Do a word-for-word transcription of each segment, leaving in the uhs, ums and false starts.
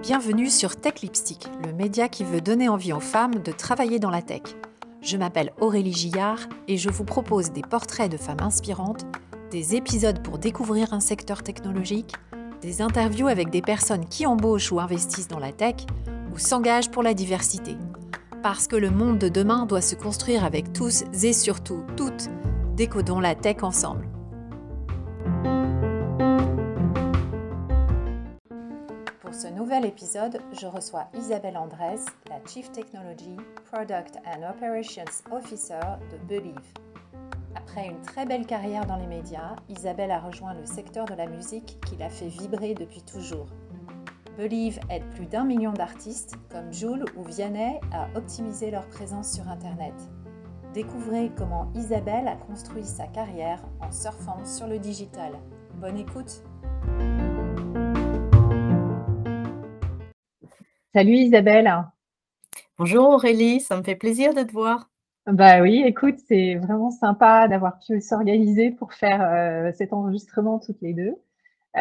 Bienvenue sur Tech Lipstick, le média qui veut donner envie aux femmes de travailler dans la tech. Je m'appelle Aurélie Gillard et je vous propose des portraits de femmes inspirantes, des épisodes pour découvrir un secteur technologique, des interviews avec des personnes qui embauchent ou investissent dans la tech ou s'engagent pour la diversité. Parce que le monde de demain doit se construire avec tous et surtout toutes. Décodons la tech ensemble. Pour ce nouvel épisode, je reçois Isabelle Andrés, la Chief Technology, Product and Operations Officer de Believe. Après une très belle carrière dans les médias, Isabelle a rejoint le secteur de la musique qui l'a fait vibrer depuis toujours. Believe aide plus d'un million d'artistes comme Jul ou Vianney à optimiser leur présence sur Internet. Découvrez comment Isabelle a construit sa carrière en surfant sur le digital. Bonne écoute! Salut Isabelle. Bonjour Aurélie, ça me fait plaisir de te voir. Bah oui, écoute, c'est vraiment sympa d'avoir pu s'organiser pour faire euh, cet enregistrement toutes les deux. Euh,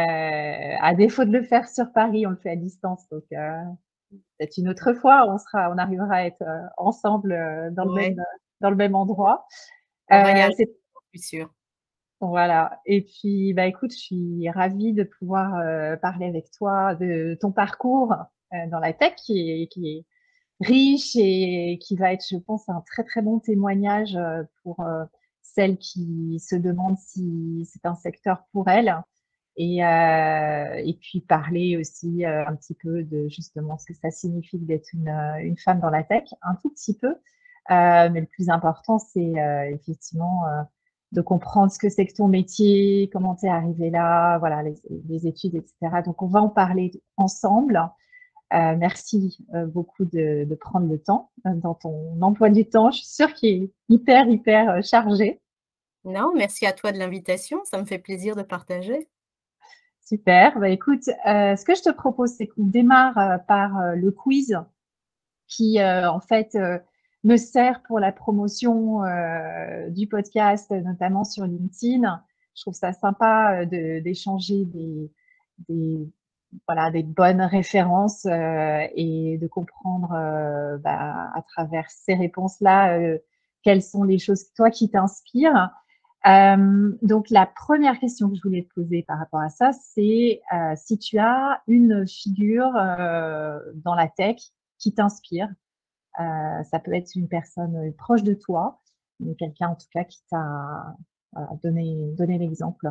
à défaut de le faire sur Paris, on le fait à distance, donc euh, peut-être une autre fois, on sera, on arrivera à être euh, ensemble euh, dans Ouais. le même dans le même endroit. On va y Euh, arriver, c'est je suis sûre. Voilà. Et puis, bah écoute, je suis ravie de pouvoir euh, parler avec toi de ton parcours euh, dans la tech qui est, qui est riche et qui va être, je pense, un très très bon témoignage euh, pour euh, celles qui se demandent si c'est un secteur pour elles. Et, euh, et puis parler aussi euh, un petit peu de justement ce que ça signifie d'être une, euh, une femme dans la tech, un tout petit peu. Euh, mais le plus important, c'est euh, effectivement euh, de comprendre ce que c'est que ton métier, comment tu es arrivé là, voilà, les, les études, et cetera. Donc, on va en parler ensemble. Euh, merci euh, beaucoup de, de prendre le temps euh, dans ton emploi du temps. Je suis sûre qu'il est hyper, hyper euh, chargé. Non, merci à toi de l'invitation, ça me fait plaisir de partager. Super. Bah, écoute, euh, ce que je te propose, c'est qu'on démarre euh, par euh, le quiz qui, euh, en fait, euh, me sert pour la promotion euh, du podcast, notamment sur LinkedIn. Je trouve ça sympa euh, de- d'échanger des, des, voilà, des bonnes références euh, et de comprendre euh, bah, à travers ces réponses-là euh, quelles sont les choses, toi, qui t'inspirent. Euh, donc, la première question que je voulais te poser par rapport à ça, c'est euh, si tu as une figure euh, dans la tech qui t'inspire. Euh, ça peut être une personne proche de toi, mais quelqu'un en tout cas qui t'a voilà, donné, donné l'exemple.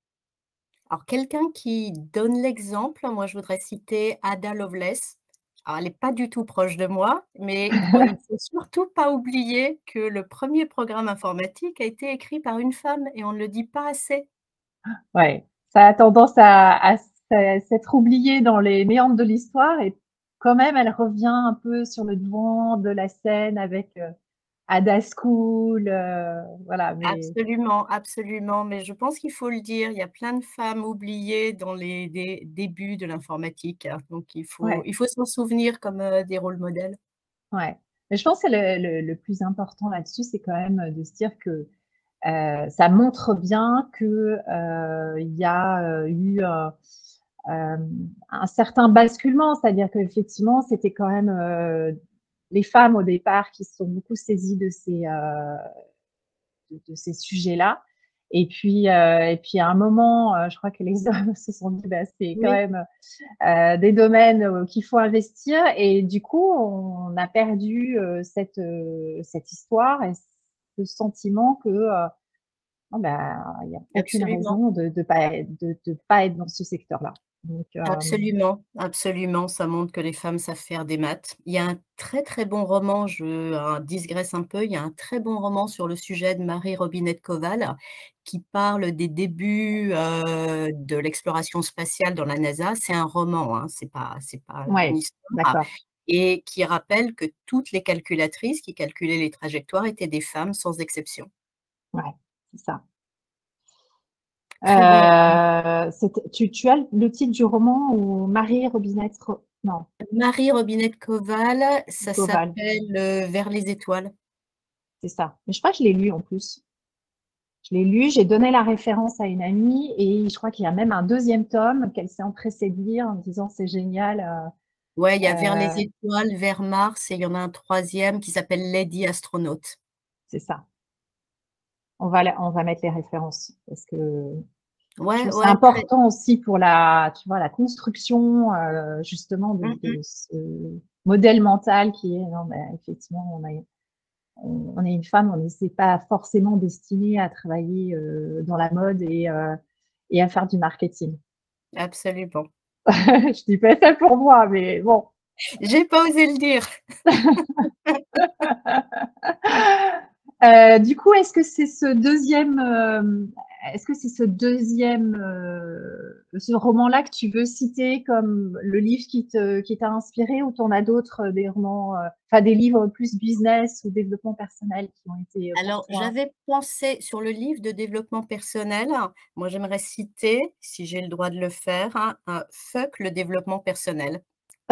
Alors, quelqu'un qui donne l'exemple, moi je voudrais citer Ada Lovelace. Alors, elle n'est pas du tout proche de moi, mais oh, il ne faut surtout pas oublier que le premier programme informatique a été écrit par une femme et on ne le dit pas assez. Ouais, ça a tendance à, à s- s'être oublié dans les méandres de l'histoire et quand même elle revient un peu sur le devant de la scène avec euh, Ada School, euh, voilà, mais Absolument, absolument, mais je pense qu'il faut le dire, il y a plein de femmes oubliées dans les dé débuts de l'informatique, hein, donc il faut ouais, il faut s'en souvenir comme, heu, des rôles modèles. ouais. Mais je pense que le, le, le plus important là-dessus, c'est quand même de se dire que euh, ça montre bien que euh, il y a euh, eu euh, euh, un certain basculement, c'est-à-dire qu'effectivement, c'était quand même euh, les femmes au départ qui se sont beaucoup saisies de ces, euh, de, de ces sujets-là. Et puis, euh, et puis à un moment, euh, je crois que les hommes se sont dit, bah, c'est quand Oui, même euh, des domaines euh, qu'il faut investir. Et du coup, on a perdu euh, cette, euh, cette histoire et ce sentiment que euh, oh, bah, il n'y a aucune absolument. raison de ne de pas, de, de pas être dans ce secteur-là. Donc, euh, Absolument, absolument, ça montre que les femmes savent faire des maths. Il y a un très, très bon roman, je heu, digresse un peu, il y a un très bon roman sur le sujet de Marie Robinette-Kowal qui parle des débuts, heu, de l'exploration spatiale dans la NASA. C'est un roman, hein, c'est pas c'est pas une ouais, histoire d'accord. et qui rappelle que toutes les calculatrices qui calculaient les trajectoires étaient des femmes sans exception. Ouais, c'est ça. Très bon. Euh, c'était- tu, tu as le titre du roman ou Marie Robinette, Ro- non, Marie Robinette-Kowal, ça Koval, s'appelle, heu, Vers les étoiles. c'est ça. Mais je crois que je l'ai lu en plus. Je l'ai lu, j'ai donné la référence à une amie et je crois qu'il y a même un deuxième tome qu'elle s'est empressée de lire en me disant c'est génial. Ouais, il y Euh, a Vers les euh, étoiles, vers Mars et il y en a un troisième qui s'appelle Lady Astronaute. c'est ça. On va, la- on va mettre les références parce que je Ouais, trouve c'est ouais, très. important aussi pour la, tu vois, la construction euh, justement de, Mmh mh. de ce modèle mental qui est, non, mais effectivement, on, a, on, on est une femme, on n'est pas forcément destiné à travailler euh, dans la mode et, euh, et à faire du marketing. Absolument. Je dis pas ça pour moi, mais bon. J'ai pas osé le dire. Euh, du coup, est-ce que c'est ce deuxième, euh, est-ce que c'est ce deuxième, euh, ce roman-là que tu veux citer comme le livre qui te, qui t'a inspiré, ou t'en as d'autres, euh, des romans, euh, enfin des livres plus business ou développement personnel qui ont été euh, pour Alors, toi? j'avais pensé sur le livre de développement personnel, moi j'aimerais citer, si j'ai le droit de le faire, hein, un Fuck le développement personnel.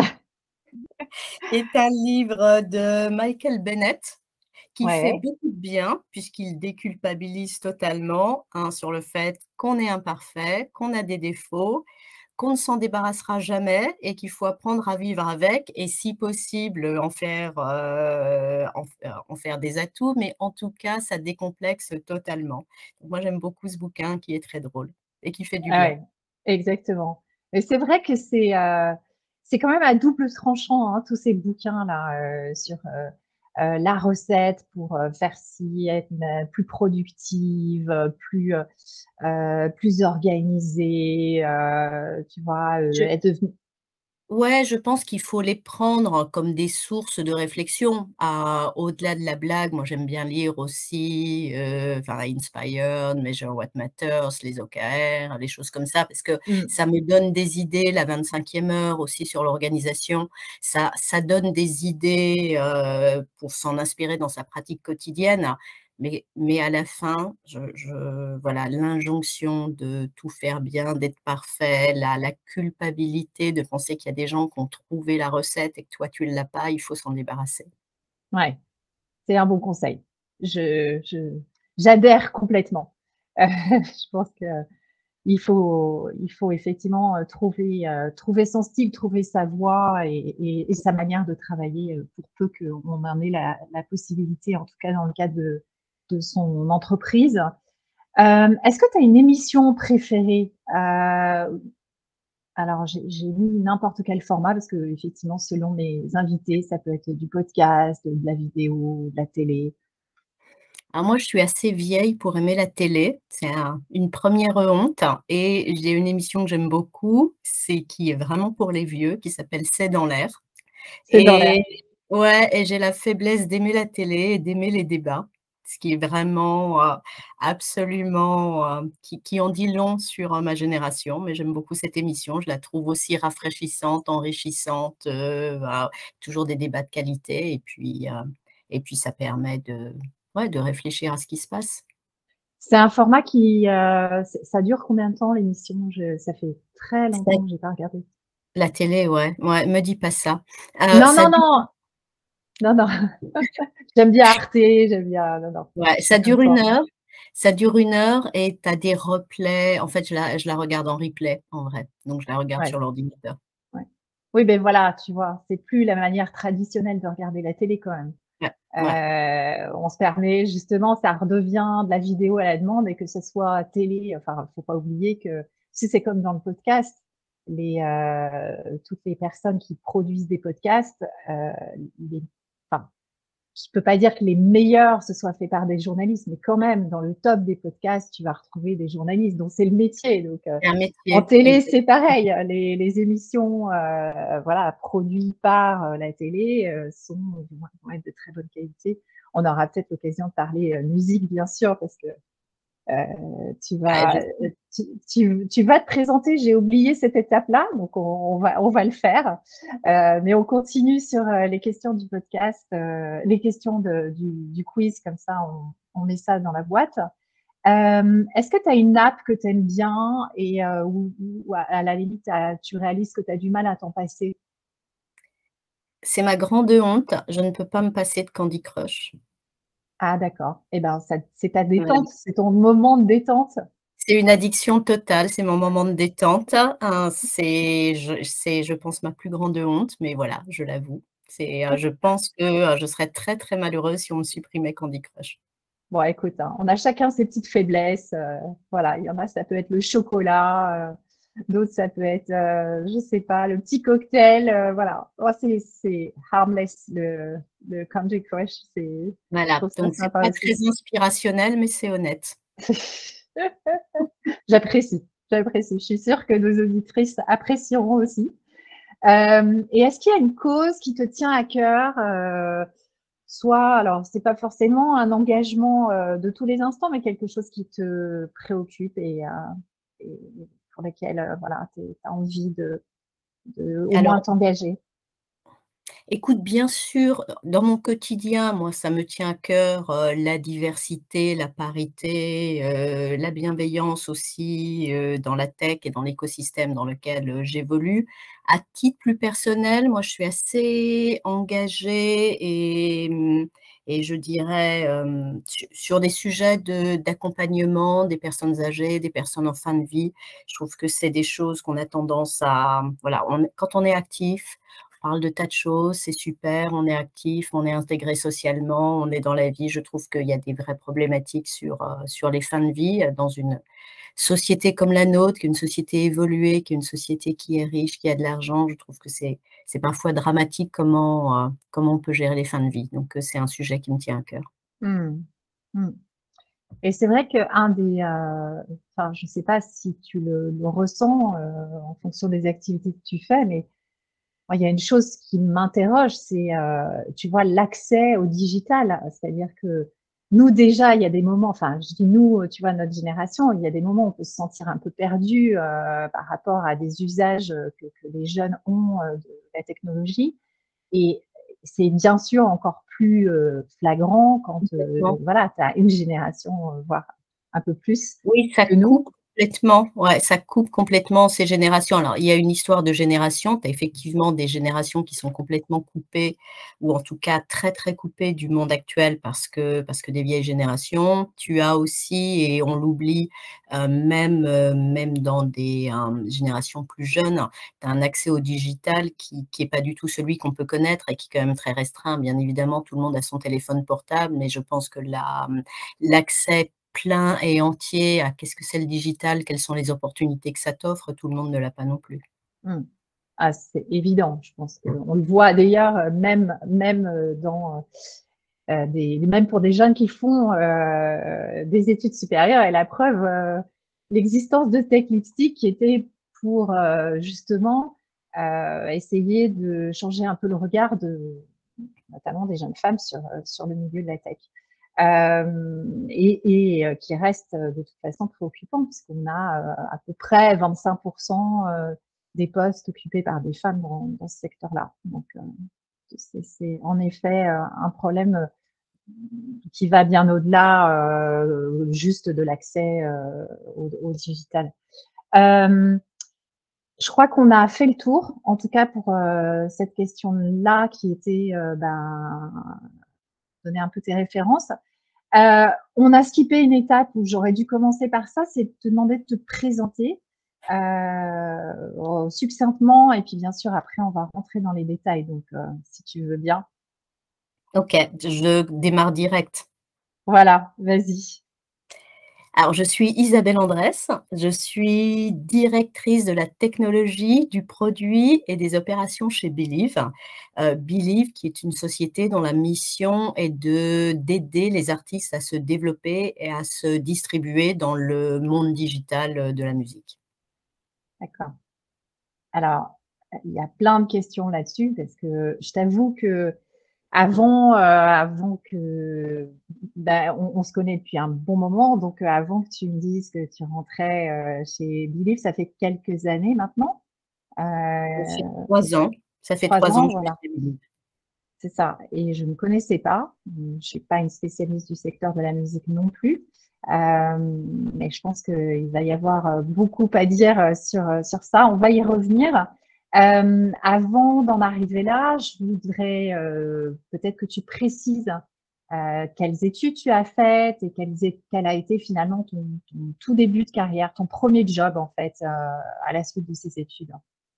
Est un livre de Michael Bennett qui fait Ouais, beaucoup de bien puisqu'il déculpabilise totalement, hein, sur le fait qu'on est imparfait, qu'on a des défauts, qu'on ne s'en débarrassera jamais et qu'il faut apprendre à vivre avec et si possible, en faire, heu, en f euh, en faire des atouts, mais en tout cas, ça décomplexe totalement. Donc moi, j'aime beaucoup ce bouquin qui est très drôle et qui fait du ah bien. ouais, exactement. Et c'est vrai que c'est euh, c'est quand même à double tranchant, hein, tous ces bouquins-là euh, sur euh, euh, la recette pour euh, faire ci, être euh, plus productive, euh, plus euh, euh, plus organisée, euh, tu vois, euh, Je être devenue. Ouais, je pense qu'il faut les prendre comme des sources de réflexion. À au-delà de la blague, moi j'aime bien lire aussi, heu, enfin Inspired, Measure What Matters, les O K R, les choses comme ça, parce que Mm. ça me donne des idées. La vingt-cinquième heure aussi sur l'organisation, ça ça donne des idées, heu, pour s'en inspirer dans sa pratique quotidienne. Mais mais à la fin, je je voilà, l'injonction de tout faire bien, d'être parfait, la la culpabilité de penser qu'il y a des gens qui ont trouvé la recette et que toi tu l'as pas, il faut s'en débarrasser. Ouais, c'est un bon conseil. Je, je, j'adhère complètement. Euh, je pense que il faut, il faut effectivement euh, trouver, euh, trouver son style, trouver sa voie et, et, et sa manière de travailler euh, pour peu qu'on en ait la, la possibilité, en tout cas dans le cadre de, de son entreprise. Euh, est-ce que tu as une émission préférée? Euh, alors, j'ai j'ai mis n'importe quel format parce que effectivement, selon mes invités, ça peut être du podcast, de la vidéo, de la télé. Alors moi, je suis assez vieille pour aimer la télé, c'est un une première honte et j'ai une émission que j'aime beaucoup, c'est qui est vraiment pour les vieux, qui s'appelle C'est dans l'air C'est dans l'air. et ouais et j'ai la faiblesse d'aimer la télé et d'aimer les débats, ce qui est vraiment, heu, absolument, heu, qui qui en dit long sur, heu, ma génération, mais j'aime beaucoup cette émission. Je la trouve aussi rafraîchissante, enrichissante, heu, voilà, toujours des débats de qualité et puis, heu et puis ça permet de ouais, de réfléchir à ce qui se passe. C'est un format qui, euh, c- ça dure combien de temps l'émission? Je- Ça fait très Ça longtemps que j'ai pas regardé. La télé, ouais, ouais, me dis pas ça. Heu, Non, ça non, dure non, non, non. J'aime bien Arte, j'aime bien. Non, non, ouais, je suis ça comme dure une toi. heure ça dure une heure et tu as des replays. En fait, je la je la regarde en replay, en vrai, donc je la regarde Ouais, sur l'ordinateur. ouais. Oui, ben voilà, tu vois, c'est plus la manière traditionnelle de regarder la télé quand même. Ouais, ouais. Euh, on se permet justement, ça redevient de la vidéo à la demande et que ce soit télé. Enfin, faut pas oublier que si c'est comme dans le podcast, les euh, toutes les personnes qui produisent des podcasts, euh, les, enfin, je peux pas dire que les meilleurs se soient faits par des journalistes, mais quand même, dans le top des podcasts, tu vas retrouver des journalistes dont c'est le métier. Donc, euh, C'est un en métier, télé, exact. c'est pareil. Les, les émissions, euh, voilà, produites par euh, la télé euh, sont vont vont être de très bonne qualité. On aura peut-être l'occasion de parler euh, musique, bien sûr, parce que euh, tu Ah, vas, je tu, tu, tu vas te présenter. J'ai oublié cette étape-là, donc on, on va, on va le faire. Euh, mais on continue sur euh, les questions du podcast, euh, les questions de, du, du quiz, comme ça on, on met ça dans la boîte. Euh, Est-ce que tu as une app que tu aimes bien et euh, où, où, à, à la limite tu réalises que tu as du mal à t'en passer? C'est ma grande honte, je ne peux pas me passer de Candy Crush. Ah d'accord. Et ben, ça c'est ta Ouais. détente, c'est ton moment de détente? C'est une addiction totale, c'est mon moment de détente, hein, c'est je c'est je pense ma plus grande honte, mais voilà, je l'avoue. C'est, heu, je pense que, heu, je serais très, très malheureuse si on me supprimait Candy Crush. Bon écoute, hein, on a chacun ses petites faiblesses, heu, voilà, il y en a, ça peut être le chocolat, heu, d'autres ça peut être, heu, je sais pas, le petit cocktail, heu, voilà. Oh c'est c'est harmless le le Candy Crush, c'est je Voilà, trouve ça donc c'est sympa pas aussi. très inspirationnel, mais c'est honnête. J'apprécie, j'apprécie. Je suis sûre que nos auditrices apprécieront aussi. Hem et est-ce qu'il y a une cause qui te tient à cœur, heu, soit alors c'est pas forcément un engagement, heu, de tous les instants, mais quelque chose qui te préoccupe et heu et pour lequel, heu, voilà, tu as envie de de au moins Alors t'engager? écoute, bien sûr, dans mon quotidien, moi, ça me tient à cœur, heu, la diversité, la parité, heu, la bienveillance aussi, heu, dans la tech et dans l'écosystème dans lequel, heu, j'évolue. À titre plus personnel, moi, je suis assez engagée et mmh et je dirais, hem, su sur des sujets de d'accompagnement des personnes âgées, des personnes en fin de vie. Je trouve que c'est des choses qu'on a tendance à voilà, on quand on est actif, on parle de tas de choses, c'est super, on est actif, on est intégré socialement, on est dans la vie. Je trouve qu'il y a des vraies problématiques sur, heu, sur les fins de vie, heu, dans une société comme la nôtre, qui est une société évoluée, qui est une société qui est riche, qui a de l'argent. Je trouve que c'est c'est parfois dramatique comment, heu, comment on peut gérer les fins de vie. Donc, heu, c'est un sujet qui me tient à cœur. Mmh. Mmh. Et c'est vrai qu'un des, heu, enfin, je sais pas si tu le le ressens, heu, en fonction des activités que tu fais, mais moi, il y a une chose qui m'interroge, c'est, heu, tu vois, l'accès au digital. C'est-à-dire que nous, déjà, il y a des moments, enfin, je dis nous, tu vois, notre génération, il y a des moments où on peut se sentir un peu perdu, heu, par rapport à des usages, heu, que que les jeunes ont, heu, de la technologie et c'est bien sûr encore plus, heu, flagrant quand, heu, Complètement. voilà, tu as une génération, heu, voire un peu plus Oui, ça que nous. coupe complètement, ouais, ça coupe complètement ces générations. Alors, il y a une histoire de génération. Tu as effectivement des générations qui sont complètement coupées ou en tout cas très, très coupées du monde actuel parce que parce que des vieilles générations. Tu as aussi, et on l'oublie, heu, même, heu, même dans des, hem, générations plus jeunes, tu as un accès au digital qui qui est pas du tout celui qu'on peut connaître et qui est quand même très restreint. Bien évidemment, tout le monde a son téléphone portable, mais je pense que la, mmh, l'accès plein et entier à qu'est-ce que c'est le digital, quelles sont les opportunités que ça t'offre, tout le monde ne l'a pas non plus. Mmh. Ah, c'est évident. Je pense qu'on le voit d'ailleurs, heu, même même, heu, dans, heu heu, des même pour des jeunes qui font, heu, des études supérieures et la preuve, heu, l'existence de Tech Lipstick qui était pour, heu, justement, heu, essayer de changer un peu le regard de notamment des jeunes femmes sur, heu, sur le milieu de la tech. Hem et et heu, qui reste, heu, de toute façon préoccupant puisqu'on a, heu, à peu près vingt-cinq heu, des postes occupés par des femmes dans dans ce secteur-là. Donc, heu, c'est c'est en effet, heu, un problème, heu, qui va bien au-delà, heu, juste de l'accès, heu, au au digital. Hem, je crois qu'on a fait le tour, en tout cas pour, heu, cette question-là qui était, heu, ben, donner un peu tes références. Heu, on a skippé une étape où j'aurais dû commencer par ça, c'est de te demander de te présenter, heu, oh, succinctement et puis bien sûr après on va rentrer dans les détails donc heu, si tu veux bien. OK, je démarre direct. Voilà, vas-y. Alors, je suis Isabelle Andrès, je suis directrice de la technologie, du produit et des opérations chez Believe. Heu, Believe qui est une société dont la mission est de d'aider les artistes à se développer et à se distribuer dans le monde digital, heu, de la musique. D'accord. Alors, il y a plein de questions là-dessus parce que je t'avoue qu'avant, heu, avant que bah, on on se connaît depuis un bon moment donc heu, avant que tu me dises que tu rentrais, heu, chez Believe, ça fait quelques années maintenant? Ça fait Heu, trois ans, ça fait trois trois ans ans, que je suis voilà. chez Believe. C'est ça et je ne connaissais pas. Mmh, je suis pas une spécialiste du secteur de la musique non plus, hem, mais je pense qu'il va y avoir, heu, beaucoup à dire, heu, sur, heu, sur ça. On va y revenir. Hem, avant d'en arriver là, je voudrais, heu, peut-être que tu précises euh, quelles études tu as faites et quelles é- quel a été finalement ton, ton tout début de carrière, ton premier job en fait euh, à la suite de ces études.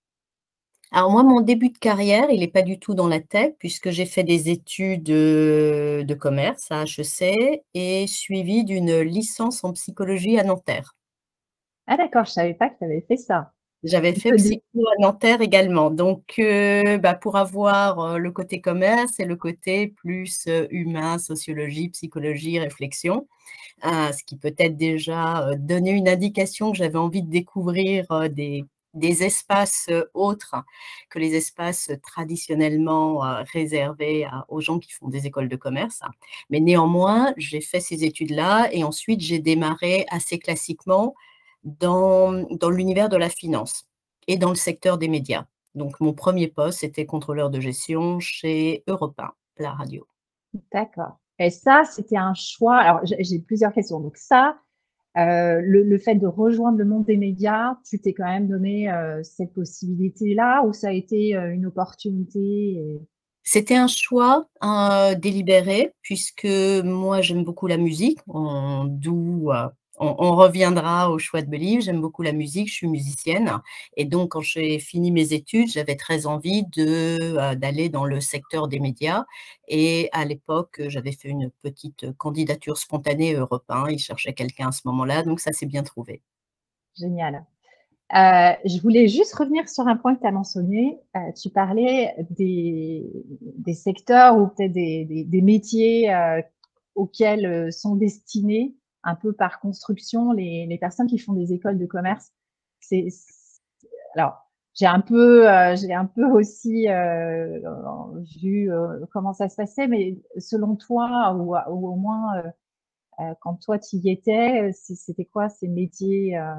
Alors moi, mon début de carrière, il est pas du tout dans la tech puisque j'ai fait des études, heu, de commerce à H E C et suivi d'une licence en psychologie à Nanterre. Ah d'accord, je savais pas que tu avais fait ça. J'avais Tu fait peux dire. psycho à Nanterre également, donc heu, bah, pour avoir, heu, le côté commerce et le côté plus, heu, humain, sociologie, psychologie, réflexion. Ah, ce qui peut-être déjà, heu, donnait une indication que j'avais envie de découvrir, heu, des des espaces, heu, autres que les espaces traditionnellement, heu, réservés à aux gens qui font des écoles de commerce. Mais néanmoins, j'ai fait ces études-là et ensuite j'ai démarré assez classiquement dans dans l'univers de la finance et dans le secteur des médias. Donc mon premier poste, c'était contrôleur de gestion chez Europe un, la radio. D'accord. Et ça, c'était un choix. Alors, j'ai j'ai plusieurs questions. Donc ça, euh, le, le fait de rejoindre le monde des médias, tu t'es quand même donné euh, cette possibilité-là ou ça a été euh, une opportunité et- C'était un choix, heu, délibéré puisque moi j'aime beaucoup la musique, on d'où, heu, on on reviendra au choix de Believe. J'aime beaucoup la musique, je suis musicienne et donc quand j'ai fini mes études, j'avais très envie de, heu, d'aller dans le secteur des médias et à l'époque, j'avais fait une petite candidature spontanée Europe un. Ils cherchaient quelqu'un à ce moment-là, donc ça s'est bien trouvé. Génial. Euh, je voulais juste revenir sur un point que tu as mentionné. Euh, tu parlais des, des secteurs ou peut-être des, des, des métiers euh, auxquels euh, sont destinés un peu par construction les, les personnes qui font des écoles de commerce. C'est, alors, j'ai un peu, euh, j'ai un peu aussi euh, vu euh, comment ça se passait, mais selon toi, ou, ou au moins euh, euh, quand toi tu y étais, c'était quoi ces métiers euh,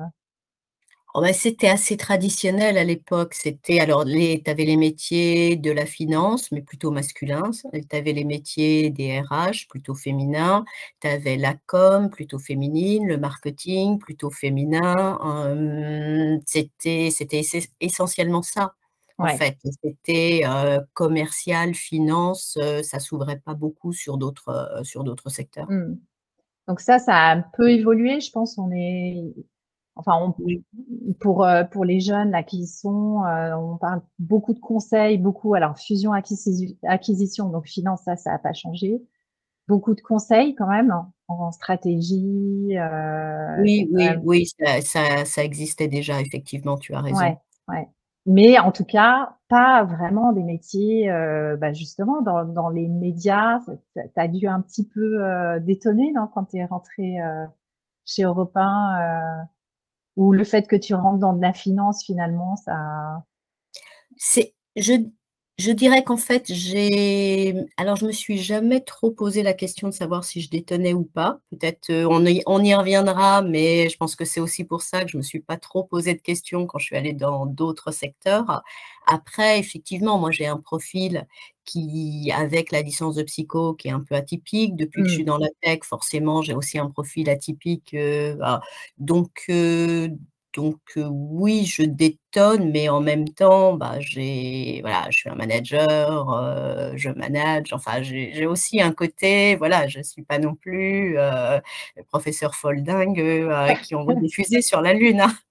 Oh bah, c'était assez traditionnel à l'époque. C'était alors les tu avais les métiers de la finance, mais plutôt masculins, et tu avais les métiers des R H, plutôt féminins. Tu avais la com, plutôt féminine, le marketing, plutôt féminin. Hem, c'était c'était ess essentiellement ça, en Ouais. fait. C'était, heu, commercial, finance, heu, ça s'ouvrait pas beaucoup sur d'autres, heu, sur d'autres secteurs. Hmm. Donc ça, ça a un peu évolué. Je pense on est, enfin, on, Oui. pour euh, pour les jeunes là qui y sont, euh, on parle beaucoup de conseils, beaucoup alors fusion acquisition, acquisition donc finance ça, ça a pas changé. Beaucoup de conseils quand même hein, en stratégie. Euh, Oui, donc quand oui, même, oui, ça ça ça existait déjà effectivement, tu as raison. ouais, ouais. Mais en tout cas, pas vraiment des métiers, euh, bah justement dans dans les médias. Tu as dû un petit peu euh, détonner non, quand tu es rentré euh, chez Europe un. Euh, ou le fait que tu rentres dans de la finance finalement, ça C'est je je dirais qu'en fait, j'ai alors je me suis jamais trop posé la question de savoir si je détonnais ou pas. Peut-être, heu, on y on y reviendra, mais je pense que c'est aussi pour ça que je me suis pas trop posé de questions quand je suis allée dans d'autres secteurs. Après, effectivement, moi, j'ai un profil qui avec la licence de psycho qui est un peu atypique. Depuis que je suis mmh, dans la tech, forcément, j'ai aussi un profil atypique, heu, bah, donc heu donc heu, oui, je détonne, mais en même temps, bah, j'ai voilà, je suis un manager, heu, je manage, enfin, j'ai j'ai aussi un côté, voilà, je suis pas non plus, heu, le professeur folle dingue, heu, qui envoie des fusées sur la lune, hein.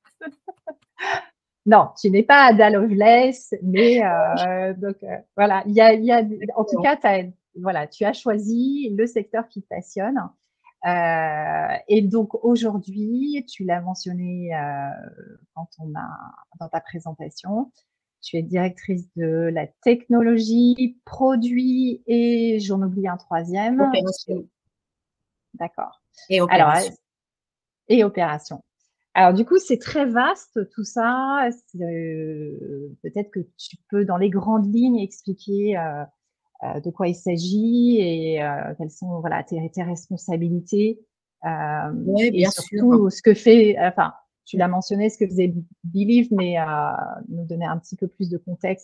non, tu n'es pas Ada Lovelace, mais heu, donc heu, voilà, il y a il y a en tout cas, tu as voilà, tu as choisi le secteur qui te passionne, heu et donc aujourd'hui, tu l'as mentionné, heu, quand on a dans ta présentation, tu es directrice de la technologie, produit et j'en oublie un troisième. Opération D'accord. et Alors opération. et opération. Alors du coup, c'est très vaste tout ça. Euh, peut-être que tu peux, dans les grandes lignes, expliquer euh, euh, de quoi il s'agit et euh, quelles sont voilà tes, tes responsabilités euh, Ouais, et bien sûr. surtout ce que fait. Enfin, tu l'as mentionné, ce que faisait Believe, mais euh, nous donner un petit peu plus de contexte.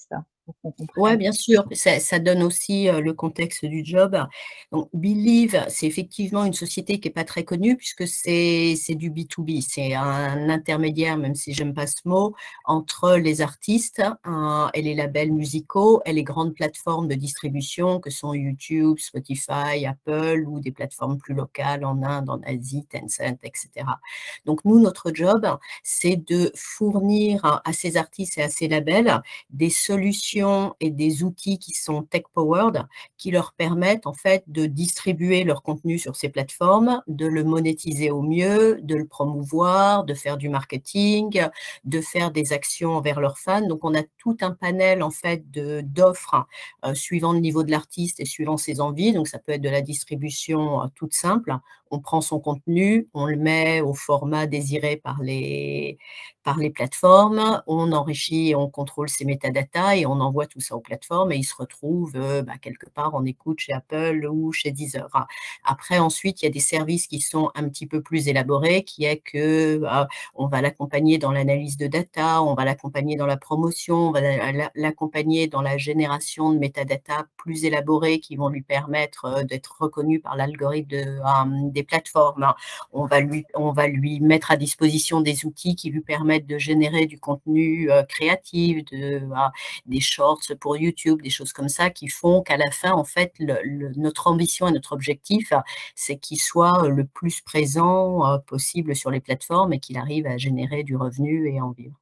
pour qu'on Ouais, comprenne. bien sûr, ça ça donne aussi, heu, le contexte du job. Donc Believe, c'est effectivement une société qui est pas très connue puisque c'est c'est du B deux B. C'est un intermédiaire, même si j'aime pas ce mot, entre les artistes, heu, et les labels musicaux et les grandes plateformes de distribution que sont YouTube, Spotify, Apple ou des plateformes plus locales en Inde, en Asie, Tencent et cetera. Donc nous, notre job, c'est de fournir à à ces artistes et à ces labels des solutions et des outils qui sont tech powered, qui leur permettent en fait de distribuer leur contenu sur ces plateformes, de le monétiser au mieux, de le promouvoir, de faire du marketing, de faire des actions envers leurs fans. Donc on a tout un panel en fait de d'offres euh, suivant le niveau de l'artiste et suivant ses envies. Donc ça peut être de la distribution euh, toute simple. On prend son contenu, on le met au format désiré par les, par les plateformes, on enrichit et on contrôle ses métadatas et on envoie tout ça aux plateformes et ils se retrouvent euh, bah, quelque part en écoute chez Apple ou chez Deezer. Après, ensuite, il y a des services qui sont un petit peu plus élaborés, qui est que euh, on va l'accompagner dans l'analyse de data, on va l'accompagner dans la promotion, on va l'accompagner dans la génération de métadatas plus élaborés qui vont lui permettre euh, d'être reconnu par l'algorithme de, euh, des plateformes. On va, lui, on va lui mettre à disposition des outils qui lui permettent de générer du contenu euh, créatif, de, euh, des shorts pour YouTube, des choses comme ça qui font qu'à la fin, en fait, le, le, notre ambition et notre objectif, c'est qu'il soit le plus présent euh, possible sur les plateformes et qu'il arrive à générer du revenu et en vivre.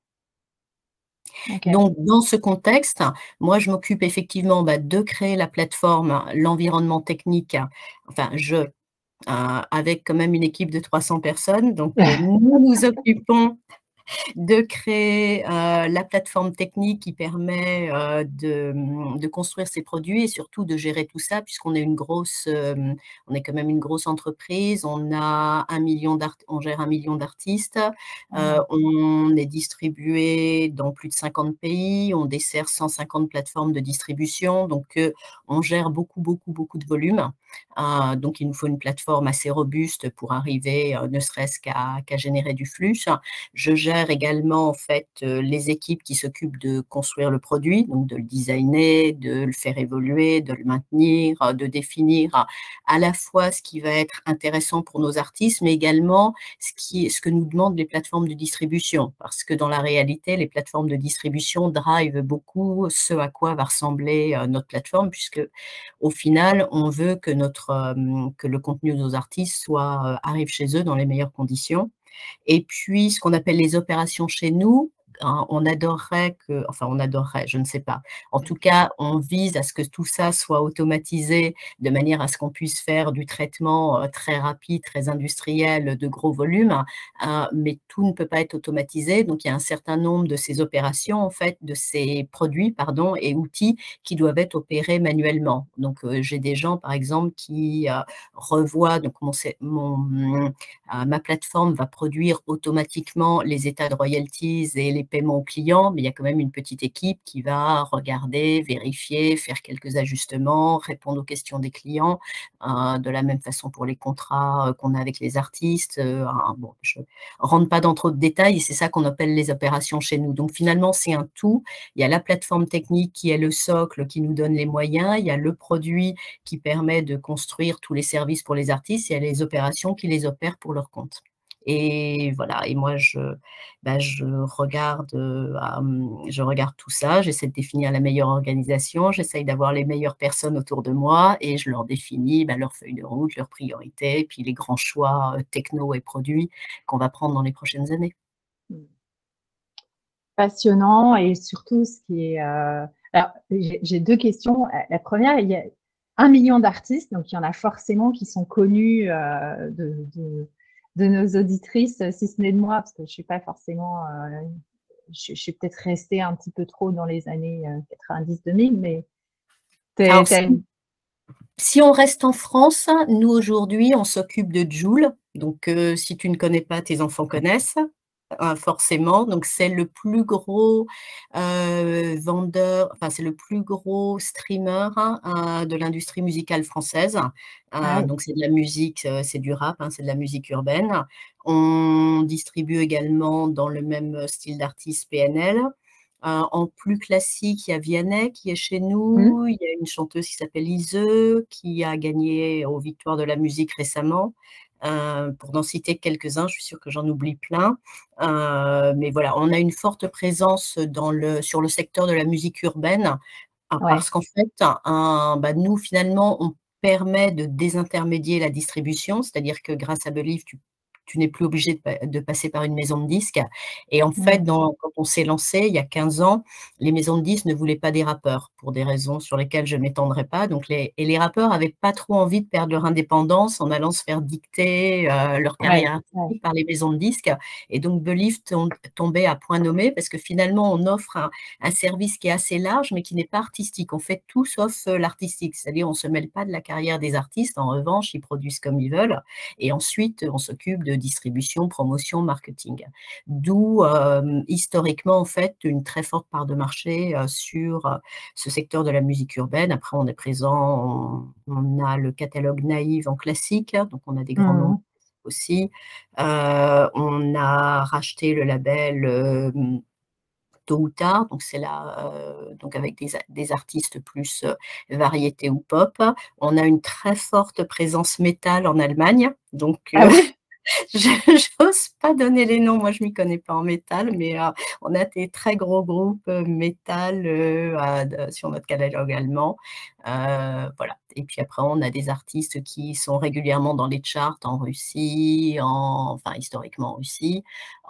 Okay. Donc, dans ce contexte, moi, je m'occupe effectivement bah, de créer la plateforme, l'environnement technique, enfin, je, euh, avec quand même une équipe de trois cents personnes. Donc, euh, nous nous occupons de créer euh, la plateforme technique qui permet euh, de, de construire ces produits et surtout de gérer tout ça puisqu'on est une grosse, euh, on est quand même une grosse entreprise, on a un million d'art, on gère un million d'artistes, euh, on est distribué dans plus de cinquante pays, on dessert cent cinquante plateformes de distribution, donc euh, on gère beaucoup, beaucoup, beaucoup de volume. Euh, donc il nous faut une plateforme assez robuste pour arriver, euh, ne serait-ce qu'à qu'à générer du flux. Je gère également en fait euh, les équipes qui s'occupent de construire le produit, donc de le designer, de le faire évoluer, de le maintenir, de définir à la fois ce qui va être intéressant pour nos artistes, mais également ce, qui, ce que nous demandent les plateformes de distribution. Parce que dans la réalité, les plateformes de distribution drivent beaucoup ce à quoi va ressembler euh, notre plateforme, puisque au final, on veut que, notre, euh, que le contenu de nos artistes soit, euh, arrive chez eux dans les meilleures conditions. Et puis, ce qu'on appelle les opérations chez nous, hein, on adorerait que, enfin, on adorerait, je ne sais pas. En tout cas, on vise à ce que tout ça soit automatisé de manière à ce qu'on puisse faire du traitement euh, très rapide, très industriel, de gros volumes, euh, mais tout ne peut pas être automatisé. Donc, il y a un certain nombre de ces opérations, en fait, de ces produits, pardon, et outils qui doivent être opérés manuellement. Donc, euh, j'ai des gens, par exemple, qui euh, revoient, donc mon, mon, euh, ma plateforme va produire automatiquement les états de royalties et les paiements aux clients, mais il y a quand même une petite équipe qui va regarder, vérifier, faire quelques ajustements, répondre aux questions des clients, euh, de la même façon pour les contrats euh, qu'on a avec les artistes. Euh, bon, je ne rentre pas dans trop de détails et c'est ça qu'on appelle les opérations chez nous. Donc finalement, c'est un tout. Il y a la plateforme technique qui est le socle, qui nous donne les moyens, il y a le produit qui permet de construire tous les services pour les artistes, il y a les opérations qui les opèrent pour leur compte. Et voilà, et moi, je, bah, je, regarde, euh, je regarde tout ça, j'essaie de définir la meilleure organisation, j'essaie d'avoir les meilleures personnes autour de moi et je leur définis bah, leur feuille de route, leurs priorités, et puis les grands choix euh, techno et produits qu'on va prendre dans les prochaines années. Passionnant et surtout, ce qui est... Euh... Alors, j'ai deux questions. La première, il y a un million d'artistes, donc il y en a forcément qui sont connus euh, de... de de nos auditrices, si ce n'est de moi, parce que je suis pas forcément, euh, je, je suis peut-être restée un petit peu trop dans les années euh, quatre-vingt-dix deux mille, mais Alors, si, si on reste en France, nous aujourd'hui, on s'occupe de Joule. Donc, euh, si tu ne connais pas, tes enfants connaissent. Euh, forcément, donc c'est le plus gros euh, vendeur, enfin c'est le plus gros streamer hein, euh, de l'industrie musicale française. Euh, ah oui. Donc c'est de la musique, euh, c'est du rap, hein, c'est de la musique urbaine. On distribue également dans le même style d'artiste P N L. Heu, en plus classique, il y a Vianney qui est chez Mmh. nous, il y a une chanteuse qui s'appelle Ize, qui a gagné aux Victoires de la musique récemment, heu, pour n'en citer quelques-uns, je suis sûre que j'en oublie plein. Heu, mais voilà, on a une forte présence dans le sur le secteur de la musique urbaine, ah, Ouais. parce qu'en fait, un bah, nous, finalement, on permet de désintermédier la distribution, c'est-à-dire que grâce à Believe, tu tu n'es plus obligé de pa de passer par une maison de disques et en fait, Mmh. dans quand on s'est lancé il y a quinze ans, les maisons de disques ne voulaient pas des rappeurs pour des raisons sur lesquelles je m'étendrai pas, donc les et les rappeurs avaient pas trop envie de perdre leur indépendance en allant se faire dicter, heu, leur Ouais, carrière ouais. artistique par les maisons de disques et donc Believe tom tombait à point nommé parce que finalement, on offre un un service qui est assez large, mais qui n'est pas artistique. On fait tout sauf, heu, l'artistique, c'est-à-dire on se mêle pas de la carrière des artistes. En revanche, ils produisent comme ils veulent et ensuite on s'occupe de distribution, promotion, marketing. D'où, hem, historiquement, en fait, une très forte part de marché, heu, sur, heu, ce secteur de la musique urbaine. Après, on est présent, on on a le catalogue Naïve en classique, donc on a des grands noms Mmh. aussi. Heu, on a racheté le label, hem Tôt ou tard, donc c'est là, heu, donc avec des a des artistes plus, heu, variété ou pop. On a une très forte présence métal en Allemagne, donc Ah heu, oui? je j'ose pas donner les noms, moi je m'y connais pas en métal, mais heu, on a des très gros groupes, heu, métal, heu, à de sur notre catalogue allemand. Heu, voilà et puis après on a des artistes qui sont régulièrement dans les charts en Russie, en enfin historiquement en Russie,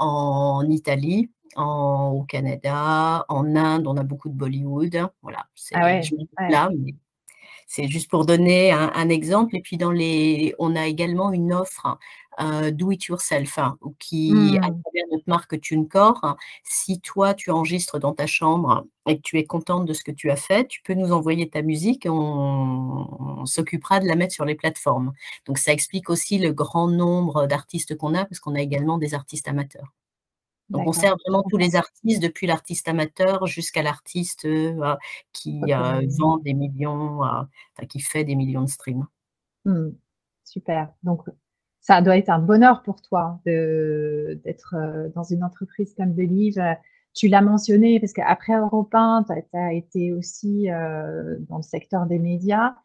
en Italie, en au Canada, en Inde, on a beaucoup de Bollywood. Voilà, Ah c'est ouais, je m'arrête ouais. là, mais c'est juste pour donner un un exemple et puis dans les on a également une offre, heu, do it yourself, hein, ou qui à Mmh. travers notre marque TuneCore, si toi tu enregistres dans ta chambre et que tu es contente de ce que tu as fait, tu peux nous envoyer ta musique et on on s'occupera de la mettre sur les plateformes. Donc ça explique aussi le grand nombre d'artistes qu'on a, parce qu'on a également des artistes amateurs. Donc on D'accord, sert je vraiment tous comprends. les artistes, depuis l'artiste amateur jusqu'à l'artiste, heu, bah, qui, heu, Reconnu. vend des millions, heu, enfin qui fait des millions de streams. Mmh. Super. Donc, ça doit être un bonheur pour toi de d'être, heu, dans une entreprise comme Believe. Heu, tu l'as mentionné parce qu'après Europe un, tu as tu as été aussi, heu, dans le secteur des médias.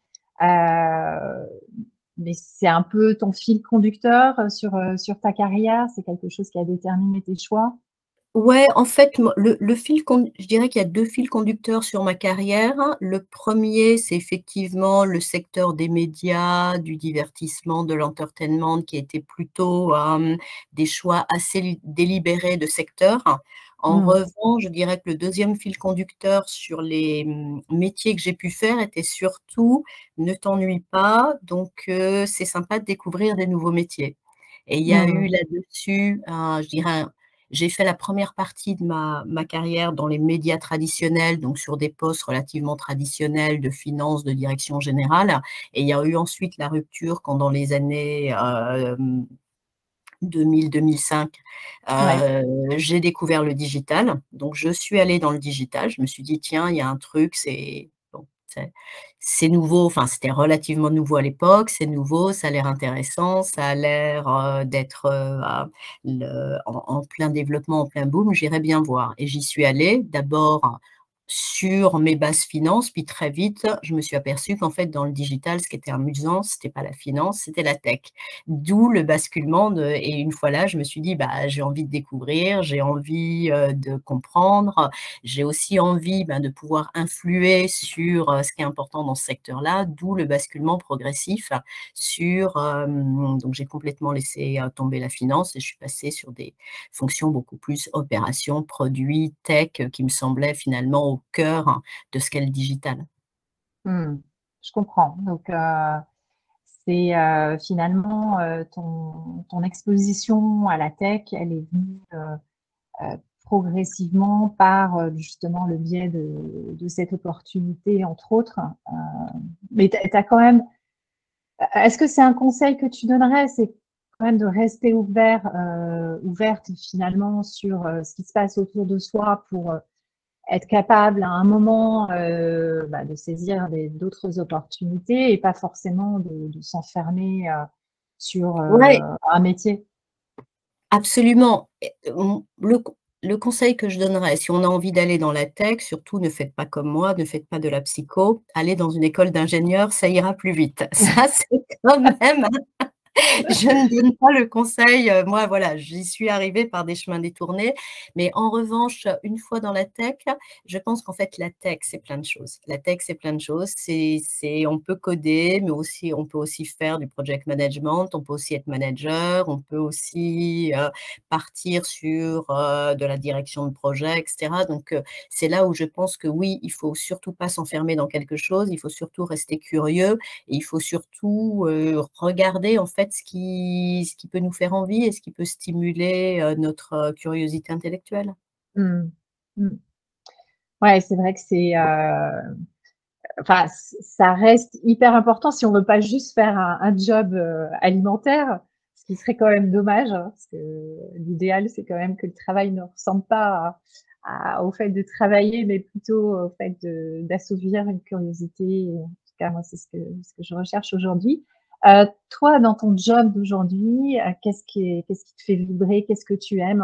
Heu, mais c'est un peu ton fil conducteur, heu, sur, heu, sur ta carrière? C'est quelque chose qui a déterminé tes choix? Ouais, en fait, moi, le le fil con je dirais qu'il y a deux fils conducteurs sur ma carrière. Le premier, c'est effectivement le secteur des médias, du divertissement, de l'entertainment qui était plutôt, hem, des choix assez li délibérés de secteur. En Mmh. revanche, je dirais que le deuxième fil conducteur sur les, mmh, métiers que j'ai pu faire était surtout: «Ne t'ennuie pas, donc heu, c'est sympa de découvrir des nouveaux métiers» et il y a eu Mmh. là-dessus un je dirais un j'ai fait la première partie de ma ma carrière dans les médias traditionnels, donc sur des postes relativement traditionnels de finance, de direction générale et il y a eu ensuite la rupture quand dans les années, hem, deux mille-deux mille cinq, Ouais. heu, j'ai découvert le digital. Donc je suis allée dans le digital. Je me suis dit: «Tiens, il y a un truc, c'est bon, c'est c'est nouveau», enfin, c'était relativement nouveau à l'époque, c'est nouveau, ça a l'air intéressant, ça a l'air, heu, d'être, heu, à le en en plein développement, en plein boom, j'irai bien voir et j'y suis allée. D'abord sur mes bases finances, puis très vite, je me suis aperçue qu'en fait, dans le digital, ce qui était amusant, c'était pas la finance, c'était la tech. D'où le basculement de et une fois là, je me suis dit: «Bah, j'ai envie de découvrir, j'ai envie, heu, de comprendre, j'ai aussi envie, ben, de pouvoir influer sur, heu, ce qui est important dans ce secteur-là», d'où le basculement progressif sur, hem donc j'ai complètement laissé, heu, tomber la finance et je suis passée sur des fonctions beaucoup plus opérations, produits, tech, heu, qui me semblaient finalement au cœur de ce qu'est le digital. Mmh. Je comprends. Donc, heu, c'est, heu, finalement, heu, ton ton exposition à la tech, elle est venue, heu heu, progressivement par, heu, justement le biais de de cette opportunité entre autres. Heu, mais tu as tu as quand même e est-ce que c'est un conseil que tu donnerais? C'est quand même de rester ouvert, heu, ouverte finalement sur, heu, ce qui se passe autour de soi pour, heu, être capable à un moment, heu, bah, de saisir des d'autres opportunités et pas forcément de de s'enfermer, heu, sur, heu, Ouais. un métier? Absolument et on le co le conseil que je donnerais, si on a envie d'aller dans la tech, surtout ne faites pas comme moi, ne faites pas de la psycho, allez dans une école d'ingénieur, ça ira plus vite. Ça, c'est quand même je ne donne pas le conseil, heu, moi voilà, j'y suis arrivée par des chemins détournés. Mais en revanche, une fois dans la tech, je pense qu'en fait la tech, c'est plein de choses. La tech, c'est plein de choses. C'est c'est on peut coder, mais aussi on peut aussi faire du project management, on peut aussi être manager, on peut aussi, heu, partir sur, heu, de la direction de projet et cetera. Donc, heu, c'est là où je pense que oui, il faut surtout pas s'enfermer dans quelque chose, il faut surtout rester curieux et il faut surtout, heu, regarder en fait ce qui ce qui peut nous faire envie et ce qui peut stimuler, heu, notre, heu, curiosité intellectuelle. Mmh. Mmh. Ouais, c'est vrai que c'est, heu, enfin, ç ça reste hyper important si on veut pas juste faire un un job, heu, alimentaire, ce qui serait quand même dommage, hein, parce que l'idéal, c'est quand même que le travail ne ressemble pas à à au fait de travailler, mais plutôt au fait de d'assouvir une curiosité. En tout cas, moi, c'est ce que ce que je recherche aujourd'hui. Heu, toi, dans ton job d'aujourd'hui, heu, qu'est-ce qui est qu'est-ce qui te fait vibrer? Qu'est-ce que tu aimes?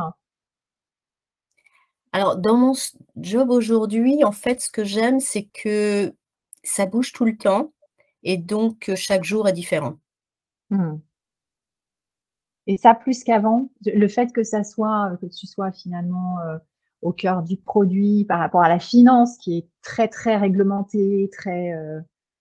Alors dans mon s job aujourd'hui, en fait, ce que j'aime, c'est que ça bouge tout le temps et donc heu, chaque jour est différent. Mmh. Et ça, plus qu'avant, le fait que ça soit, heu, que tu sois finalement, heu, au cœur du produit par rapport à la finance qui est très, très réglementée, très, heu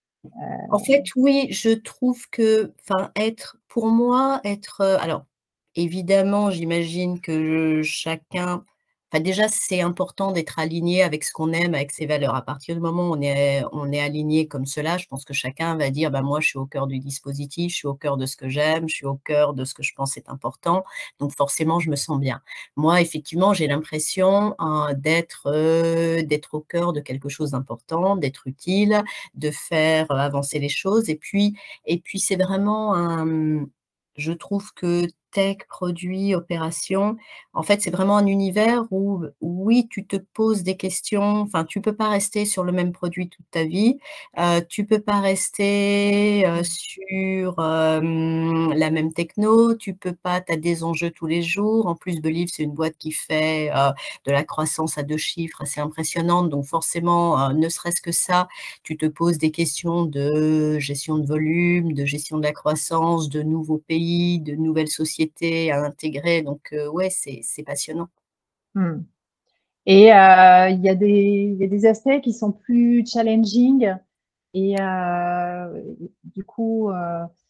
En heu fait, oui, je trouve que enfin être pour moi, être, heu alors évidemment, j'imagine que chacun enfin déjà, c'est important d'être aligné avec ce qu'on aime, avec ses valeurs. À partir du moment où on est on est aligné comme cela, je pense que chacun va dire: «Bah, moi, je suis au cœur du dispositif, je suis au cœur de ce que j'aime, je suis au cœur de ce que je pense est important, donc forcément, je me sens bien». Moi, effectivement, j'ai l'impression, hein, d'être, heu, d'être au cœur de quelque chose d'important, d'être utile, de faire, heu, avancer les choses et puis et puis c'est vraiment un, mmh, je trouve que tech, produits, opérations, en fait, c'est vraiment un univers où, oui, tu te poses des questions, enfin, tu peux pas rester sur le même produit toute ta vie, heu, tu peux pas rester, heu, Mmh. sur, hem, la même techno, tu peux pas tu as des enjeux tous les jours. En plus, Believe, c'est une boîte qui fait, heu, de la croissance à deux chiffres assez impressionnante, donc forcément, heu, ne serait-ce que ça, tu te poses des questions de gestion de volume, de gestion de la croissance, de nouveaux pays, de nouvelles sociétés à intégrer, donc heu, ouais, c'est c'est passionnant. Mmh. Et heu, il y a des il y a des aspects qui sont plus challenging et heu, du coup, heu,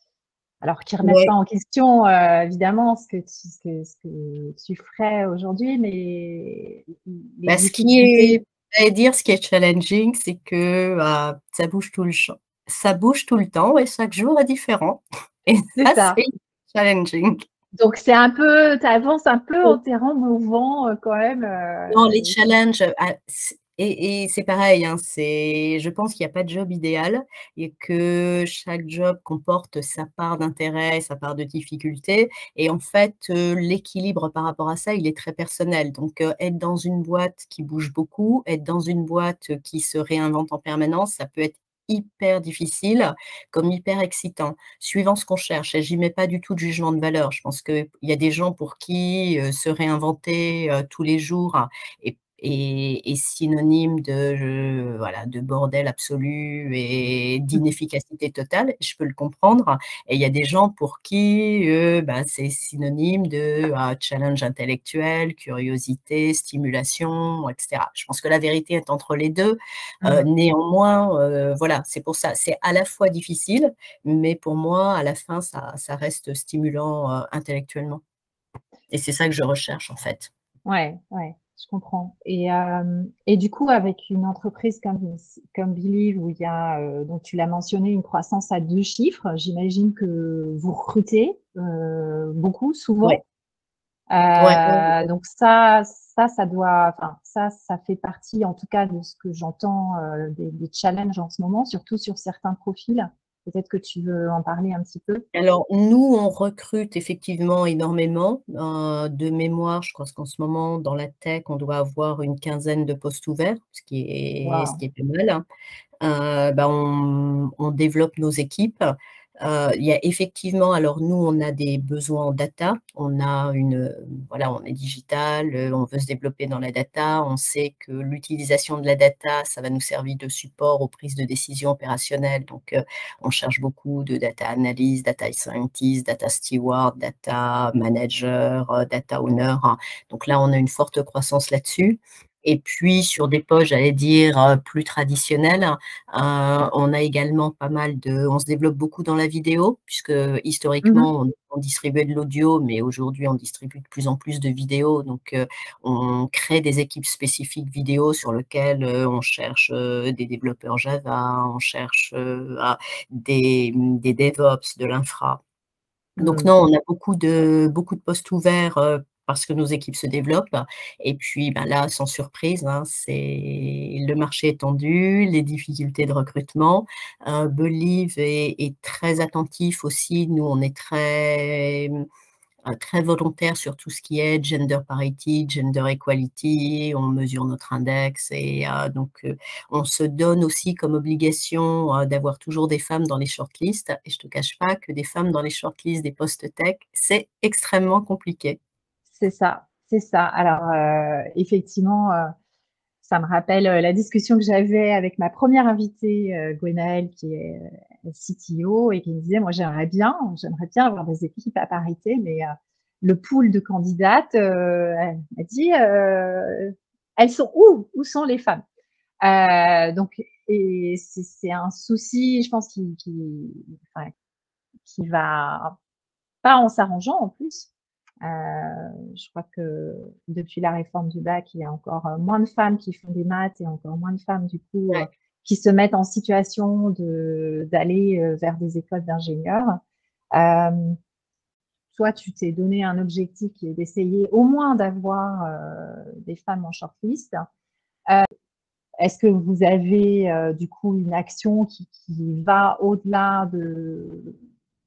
alors qui remettent Ouais, pas en question, heu, évidemment ce que tu ce que ce que tu ferais aujourd'hui, mais les bah, ce qui difficultés. est j'allais dire ce qui est challenging, c'est que, bah, ça bouge tout le champ ça bouge tout le temps et chaque jour est différent et C'est ça, ça. c'est challenging. Donc c'est un peu tu avances un peu en terrain mouvant, heu, quand même, Non, les heu, challenges, ah, c et et c'est pareil, hein, c'est je pense qu'il y a pas de job idéal et que chaque job comporte sa part d'intérêt, sa part de difficulté et en fait, heu, l'équilibre par rapport à ça, il est très personnel. Donc, heu, être dans une boîte qui bouge beaucoup, être dans une boîte qui se réinvente en permanence, ça peut être hyper difficile comme hyper excitant, suivant ce qu'on cherche et j'y mets pas du tout de jugement de valeur. Je pense qu'il y a des gens pour qui, heu, se réinventer, heu, tous les jours est est est synonyme de je voilà, de bordel absolu et d'inefficacité totale. Je peux le comprendre et il y a des gens pour qui, heu, bah, c'est synonyme de, ah, challenge intellectuel, curiosité, stimulation et cetera. Je pense que la vérité est entre les deux. Heu, mmh, néanmoins, heu, voilà, c'est pour ça, c'est à la fois difficile, mais pour moi, à la fin, ça ça reste stimulant, heu, intellectuellement et c'est ça que je recherche, en fait. ouais, ouais, je comprends. Et hem et du coup, avec une entreprise comme comme Believe où il y a, heu, donc tu l'as mentionné, une croissance à deux chiffres, j'imagine que vous recrutez, heu, beaucoup, Ouais, souvent? ouais, ouais. Heu, donc ça ça ça doit enfin, ça ça fait partie, en tout cas, de ce que j'entends, heu, des des challenges en ce moment, surtout sur certains profils. Peut-être que tu veux en parler un petit peu? Alors nous, on recrute effectivement énormément. Heu, de mémoire, je crois qu'en ce moment, dans la tech, on doit avoir une quinzaine de postes ouverts, ce qui est ce Waouh! qui est pas mal, hein. Heu, bah, on on développe nos équipes. Heu, il y a effectivement alors nous, on a des besoins en data. On a une, heu, voilà, on est digital, heu, on veut se développer dans la data. On sait que l'utilisation de la data, ça va nous servir de support aux prises de décisions opérationnelles. Donc, heu, on cherche beaucoup de data analyst, data scientist, data steward, data manager, heu, data owner. Donc là, on a une forte croissance là-dessus. Et puis sur des postes, j'allais dire, heu, plus traditionnels, heu, on a également pas mal de on se développe beaucoup dans la vidéo puisque Mmh. historiquement, on on distribuait de l'audio, mais aujourd'hui, on distribue de plus en plus de vidéos. Donc, heu, on crée des équipes spécifiques vidéo sur lequel, heu, on cherche, heu, des développeurs Java, on cherche, heu, à des, mmh, des DevOps, de l'infra. Donc Mmh. non, on a beaucoup de beaucoup de postes ouverts, heu, parce que nos équipes se développent et puis, ben, là, sans surprise, hein, c'est le marché est tendu, les difficultés de recrutement. Heu, Believe est est très attentif aussi. Nous, on est très, mmh, heu, très volontaire sur tout ce qui est gender parity, gender equality. On mesure notre index et heu, donc heu, on se donne aussi comme obligation, heu, d'avoir toujours des femmes dans les shortlists et je te cache pas que des femmes dans les shortlists des postes tech, c'est extrêmement compliqué. C'est ça, c'est ça. Alors, heu, effectivement, heu, ça me rappelle, heu, la discussion que j'avais avec ma première invitée, heu, Gwenaëlle qui est, heu, C T O et qui me disait: «Moi, j'aimerais bien j'aimerais bien avoir des équipes à parité, mais heu, le pool de candidates», heu, elle m'a dit: «Heu, elles sont où? Où sont les femmes?» Heu, donc et c'est c'est un souci, je pense qui qui enfin, qui va pas en s'arrangeant en plus. Heu, je crois que depuis la réforme du bac, il y a encore, heu, moins de femmes qui font des maths et encore moins de femmes du coup, heu, Ouais. qui se mettent en situation de d'aller, heu, vers des écoles d'ingénieurs. Hem, Toi, tu t'es donné un objectif qui est d'essayer au moins d'avoir, heu, des femmes en shortlist. Est-ce que vous avez, heu, du coup une action qui qui va au-delà de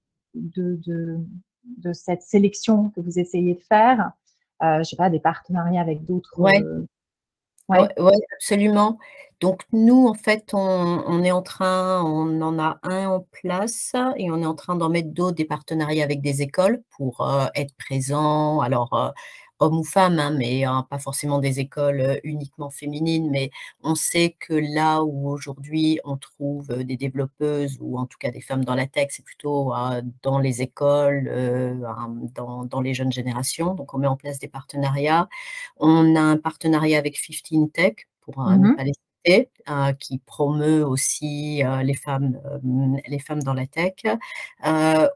de de de cette sélection que vous essayez de faire? Heu, je sais pas, des partenariats avec d'autres, Ouais. heu Ouais, ouais. ouais, absolument. Donc nous, en fait, on on est en train on en a un en place et on est en train d'en mettre d'autres, des partenariats avec des écoles pour, heu, être présents. Alors, heu, hommes ou femmes, hein, mais, heu, pas forcément des écoles, heu, uniquement féminines. Mais on sait que là où aujourd'hui on trouve, heu, des développeuses ou en tout cas des femmes dans la tech, c'est plutôt, heu, dans les écoles, heu, hem, dans dans les jeunes générations. Donc on met en place des partenariats. On a un partenariat avec fifteen Tech, pour, heu, Mmh ne mh. pas les citer, heu, qui promeut aussi, heu, les femmes, hem, les femmes dans la tech. Heu,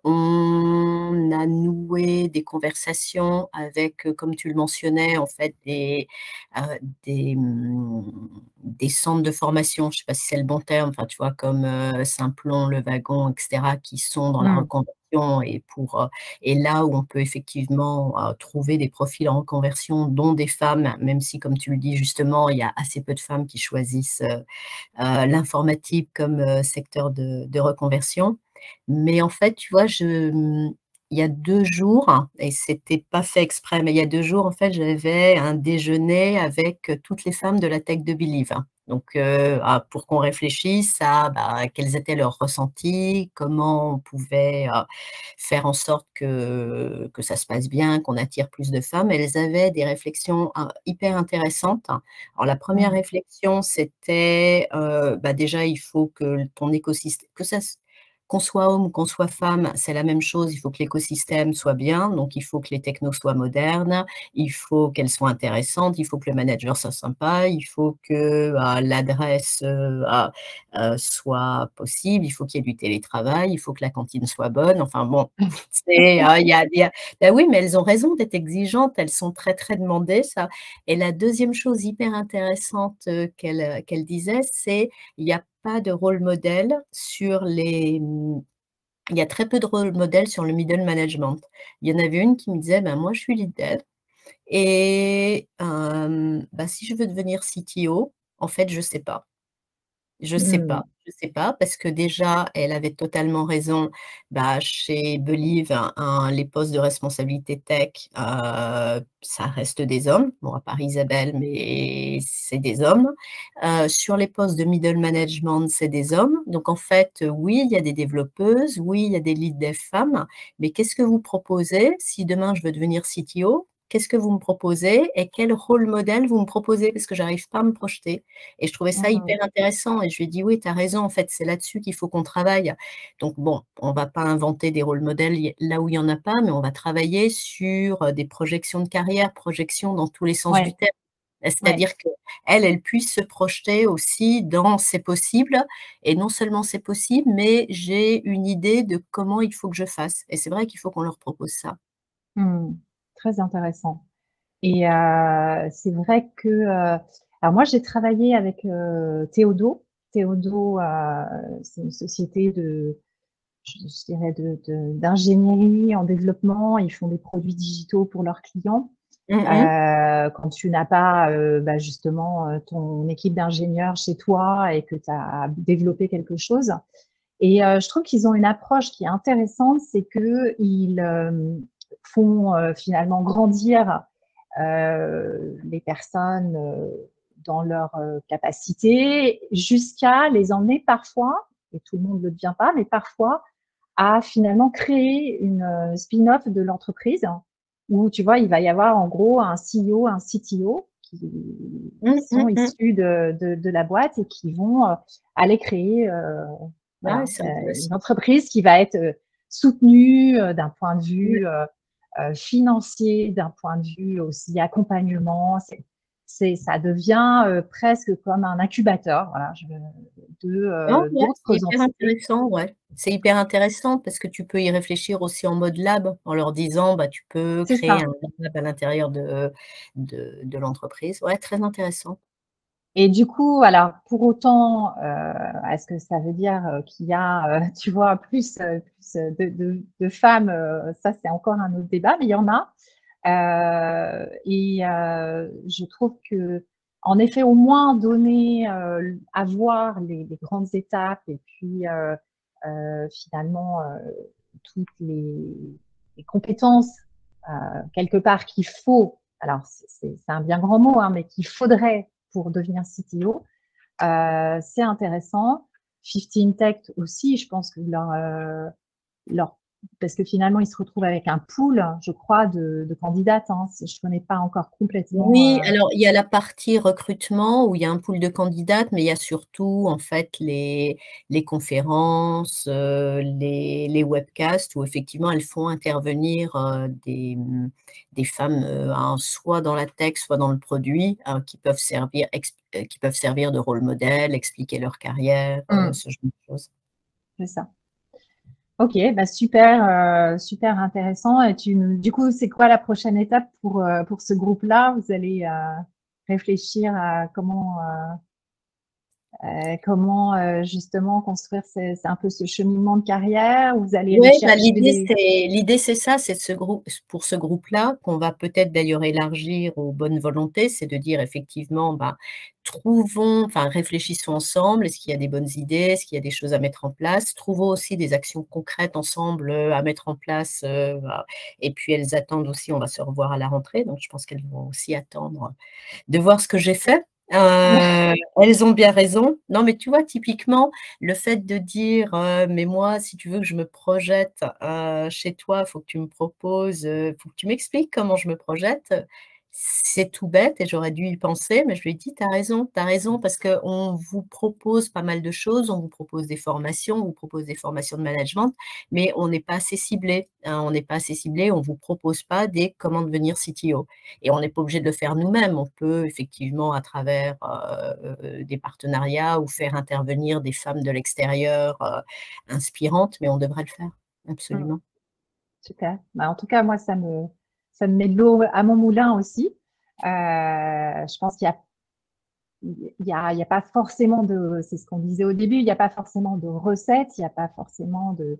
on a noué des conversations avec, heu, comme tu le mentionnais, en fait, des, heu, des, mmh, des centres de formation, je ne sais pas si c'est le bon terme, enfin, tu vois, comme, heu, Simplon, Le Wagon et cetera, qui sont dans la Mmh. reconversion et pour, heu et là où on peut effectivement, heu, trouver des profils en reconversion, dont des femmes, même si comme tu le dis justement, il y a assez peu de femmes qui choisissent, heu heu, l'informatique comme, heu, secteur de de reconversion. Mais en fait, tu vois, je mmh, il y a deux jours et c'était pas fait exprès, mais il y a deux jours, en fait, j'avais un déjeuner avec, heu, toutes les femmes de la tech de Believe. Donc, heu, ah, pour qu'on réfléchisse à, bah, quels étaient leurs ressentis, comment on pouvait, heu, faire en sorte que que ça se passe bien, qu'on attire plus de femmes. Elles avaient des réflexions, hein, hyper intéressantes. Alors la première Mmh. réflexion, c'était, heu, bah, déjà, il faut que ton écosystème que ça s qu'on soit homme ou qu'on soit femme, c'est la même chose, il faut que l'écosystème soit bien, donc il faut que les technos soient modernes, il faut qu'elles soient intéressantes, il faut que le manager soit sympa, il faut que, heu, l'adresse, heu, a heu, soit possible, il faut qu'il y ait du télétravail, il faut que la cantine soit bonne, enfin bon, c'est, heu, il y a il y a bah, oui, mais elles ont raison d'être exigeantes, elles sont très, très demandées, ça. Et la deuxième chose hyper intéressante, heu, qu'elle, heu, qu'elle disait, c'est: «Il y a pas de rôle modèle sur les, mmh, il y a très peu de rôle modèle sur le middle management». Il y en avait une qui me disait: «Ben, moi, je suis lead dev et hem, bah, si je veux devenir C T O, en fait, je sais pas». Je sais Mmh. pas, je sais pas parce que déjà, elle avait totalement raison. Bah, chez Believe, hein, hein, les postes de responsabilité tech, heu, ça reste des hommes. Bon, à part Isabelle, mais c'est des hommes. Heu, sur les postes de middle management, c'est des hommes. Donc en fait, heu, oui, il y a des développeuses, oui, il y a des lead dev femmes, mais qu'est-ce que vous proposez? Si demain je veux devenir C T O, qu'est-ce que vous me proposez et quel rôle modèle vous me proposez? Parce que j'arrive pas à me projeter. Et je trouvais ça hyper Mmh. intéressant et je lui ai dit: «Oui, tu as raison, en fait, c'est là-dessus qu'il faut qu'on travaille». Donc bon, on va pas inventer des rôles modèles y là où il y en a pas, mais on va travailler sur, heu, des projections de carrière, projections dans tous les sens du Ouais, terme. Heu, ouais. c'est-à-dire qu'elle, elle puisse se projeter aussi dans «c'est possible» et non seulement c'est possible, mais j'ai une idée de comment il faut que je fasse et c'est vrai qu'il faut qu'on leur propose ça. Mmh. Très intéressant et heu, c'est vrai que, heu alors moi j'ai travaillé avec, heu, Théodo. Théodo, heu, c'est une société de je je dirais de de d'ingénierie en développement. Ils font des produits digitaux pour leurs clients. Mmh mh. Heu, quand tu n'as pas, heu, bah, justement, heu, ton équipe d'ingénieurs chez toi et que tu as développé quelque chose et heu, je trouve qu'ils ont une approche qui est intéressante, c'est qu'ils, hem, font, heu, finalement grandir, heu, les personnes, heu, dans leurs, heu, capacités jusqu'à les emmener parfois, et tout le monde ne le devient pas, mais parfois à finalement créer une, heu, spin-off de l'entreprise où tu vois, il va y avoir en gros un C E O, un C T O qui Mmh, sont mmh mh. issus de de de la boîte et qui vont, heu, aller créer, heu, Ouais, voilà, c'est heu, une intéressant. entreprise qui va être, heu, soutenue, heu, d'un point de Ouais. vue, heu heu, financier, d'un point de vue aussi accompagnement. C'est c'est ça devient, heu, presque comme un incubateur, voilà, je de, Non, heu, ouais, c'est d'autres hyper entités. intéressant, ouais. C'est hyper intéressant parce que tu peux y réfléchir aussi en mode lab, en leur disant, bah, tu peux C'est créer ça. un lab à l'intérieur de de de l'entreprise. Ouais, très intéressant. Et du coup, alors pour autant, heu, est-ce que ça veut dire, heu, qu'il y a, heu, tu vois, plus, heu, plus, heu, de de de femmes, heu, ça c'est encore un autre débat, mais il y en a. Heu et heu, je trouve qu'en effet, au moins donner, heu, l avoir les les grandes étapes et puis, heu heu, finalement, heu, toutes les les compétences, heu, quelque part qu'il faut, alors c'est c'est c'est un bien grand mot, hein, mais qu'il faudrait pour devenir C T O, heu, c'est intéressant. fifteen Tech aussi, je pense que leur, heu, leur parce que finalement, ils se retrouvent avec un pool, je crois, de de candidates, hein. C'est je connais pas encore complètement, Oui, heu alors il y a la partie recrutement où il y a un pool de candidates, mais il y a surtout en fait les les conférences, heu, les les webcasts où effectivement elles font intervenir, heu, des, mmh, des femmes, heu, hein, soit dans la tech, soit dans le produit, heu, qui peuvent servir exp heu, qui peuvent servir de rôle modèle, expliquer leur carrière, heu, mmh, ce genre de choses. c'est ça. OK, bah, super, heu, super intéressant et tu nous du coup, c'est quoi la prochaine étape pour, heu, pour ce groupe-là? Vous allez, heu, réfléchir à comment, heu heu, comment, heu, justement construire ce c'est un peu ce cheminement de carrière? Vous allez aller Ouais, bah, chercher l'idée des c'est l'idée c'est ça, c'est de ce groupe pour ce groupe-là, qu'on va peut-être d'ailleurs élargir aux bonnes volontés, c'est de dire effectivement, bah, trouvons enfin réfléchissons ensemble. Est-ce qu'il y a des bonnes idées? Est-ce qu'il y a des choses à mettre en place? Trouvons aussi des actions concrètes ensemble, heu, à mettre en place, heu, bah et puis elles attendent aussi on va se revoir à la rentrée, donc je pense qu'elles vont aussi attendre de voir ce que j'ai fait. Heu, elles ont bien raison. Non, mais tu vois, typiquement, le fait de dire, heu: «Mais moi, si tu veux que je me projette, heu, chez toi, il faut que tu me proposes, heu, faut que tu m'expliques comment je me projette». C'est tout bête et j'aurais dû y penser, mais je lui ai dit: «Tu as raison, tu as raison parce qu'on vous propose pas mal de choses, on vous propose des formations, on vous propose des formations de management, mais on n'est pas assez ciblé, hein, on n'est pas assez ciblé, on vous propose pas des comment devenir C T O». Et on n'est pas obligé de le faire nous-mêmes. On peut effectivement à travers, heu, des partenariats ou faire intervenir des femmes de l'extérieur, heu, inspirantes, mais on devrait le faire, mmh, absolument. super. Bah, en tout cas, moi, ça me ça me met de l'eau à mon moulin aussi. Heu, je pense qu'il y a il y a il y a pas forcément de c'est ce qu'on disait au début, il y a pas forcément de recette, il y a pas forcément de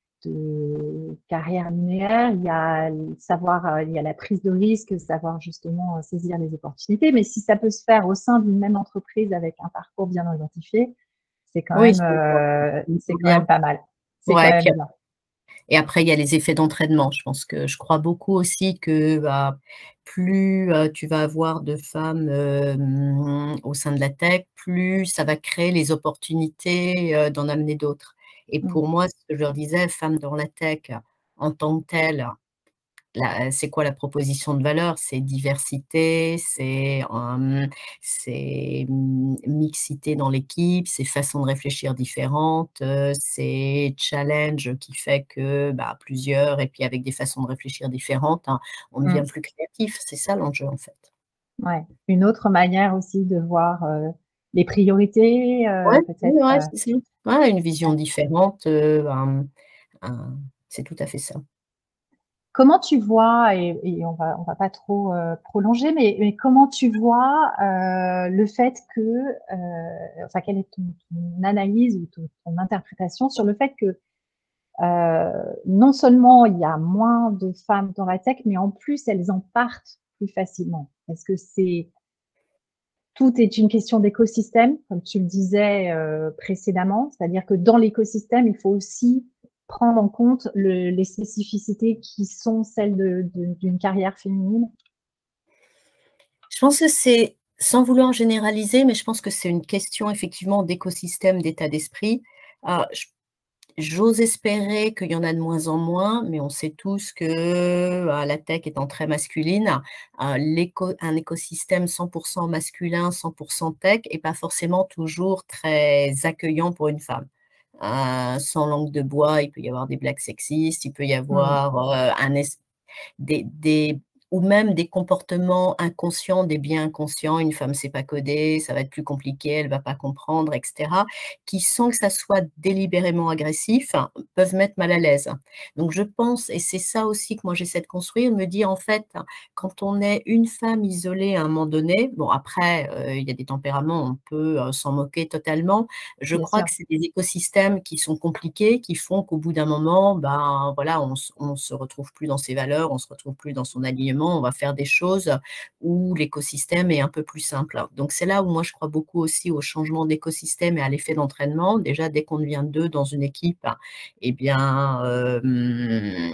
de carrière linéaire. Il y a l savoir, heu, il y a la prise de risque, savoir justement, heu, saisir les opportunités. Mais si ça peut se faire au sein d'une même entreprise avec un parcours bien identifié, C'est quand Oui, même, c'est heu, c'est plutôt quand bien. même pas mal. C'est quand Ouais, puis même bien. et après, il y a les effets d'entraînement. Je pense que je crois beaucoup aussi que, bah, plus, heu, tu vas avoir de femmes, hem, au sein de la tech, plus ça va créer les opportunités, heu, d'en amener d'autres. Et Mmh. pour moi, ce que je leur disais, femmes dans la tech, en tant que telles, la c'est quoi la proposition de valeur? C'est diversité, c'est, hem, c'est, mmh, mixité dans l'équipe, c'est façon de réfléchir différente, heu, c'est challenge qui fait que, bah, plusieurs et puis avec des façons de réfléchir différentes, hein, on Mmh. devient plus créatif. C'est ça l'enjeu, en fait. Ouais. Une autre manière aussi de voir, heu, les priorités, Ouais, heu, oui, peut-être, ouais, heu, c'est ça. Ouais, une vision ouais. différente, heu, un un c'est tout à fait ça. Comment tu vois et et on va on va pas trop, heu, prolonger, mais mais comment tu vois, heu, le fait que, heu, enfin, quelle est ton ton analyse ou ton ton interprétation sur le fait que, heu, non seulement il y a moins de femmes dans la tech, mais en plus elles en partent plus facilement? Est-ce que c'est tout est une question d'écosystème, comme tu le disais, heu, précédemment? C'est-à-dire que dans l'écosystème, il faut aussi prendre en compte le les spécificités qui sont celles de de d'une carrière féminine? Je pense que c'est sans vouloir généraliser, mais je pense que c'est une question effectivement d'écosystème, d'état d'esprit. Heu, j j'ose espérer qu'il y en a de moins en moins, mais on sait tous que, heu, la tech étant très masculine, heu, l'éco un écosystème cent pour cent masculin, cent pour cent tech est pas forcément toujours très accueillant pour une femme. Heu, sans langue de bois, il peut y avoir des blagues sexistes, il peut y Mmh. avoir, heu, un es des des ou même des comportements inconscients, des biais inconscients. Une femme sait pas coder, ça va être plus compliqué, elle va pas comprendre et cetera, qui sans que ça soit délibérément agressif, peuvent mettre mal à l'aise. Donc je pense et c'est ça aussi que moi j'essaie de construire, me dire en fait, quand on est une femme isolée à un moment donné, bon après, heu, il y a des tempéraments, on peut, heu, s'en moquer totalement. Je Bien crois sûr. que c'est des écosystèmes qui sont compliqués, qui font qu'au bout d'un moment, ben, voilà, on s on se retrouve plus dans ses valeurs, on se retrouve plus dans son alignement, on va faire des choses où l'écosystème est un peu plus simple. Donc c'est là où moi je crois beaucoup aussi au changement d'écosystème et à l'effet d'entraînement. Déjà, dès qu'on devient deux dans une équipe, eh bien, hem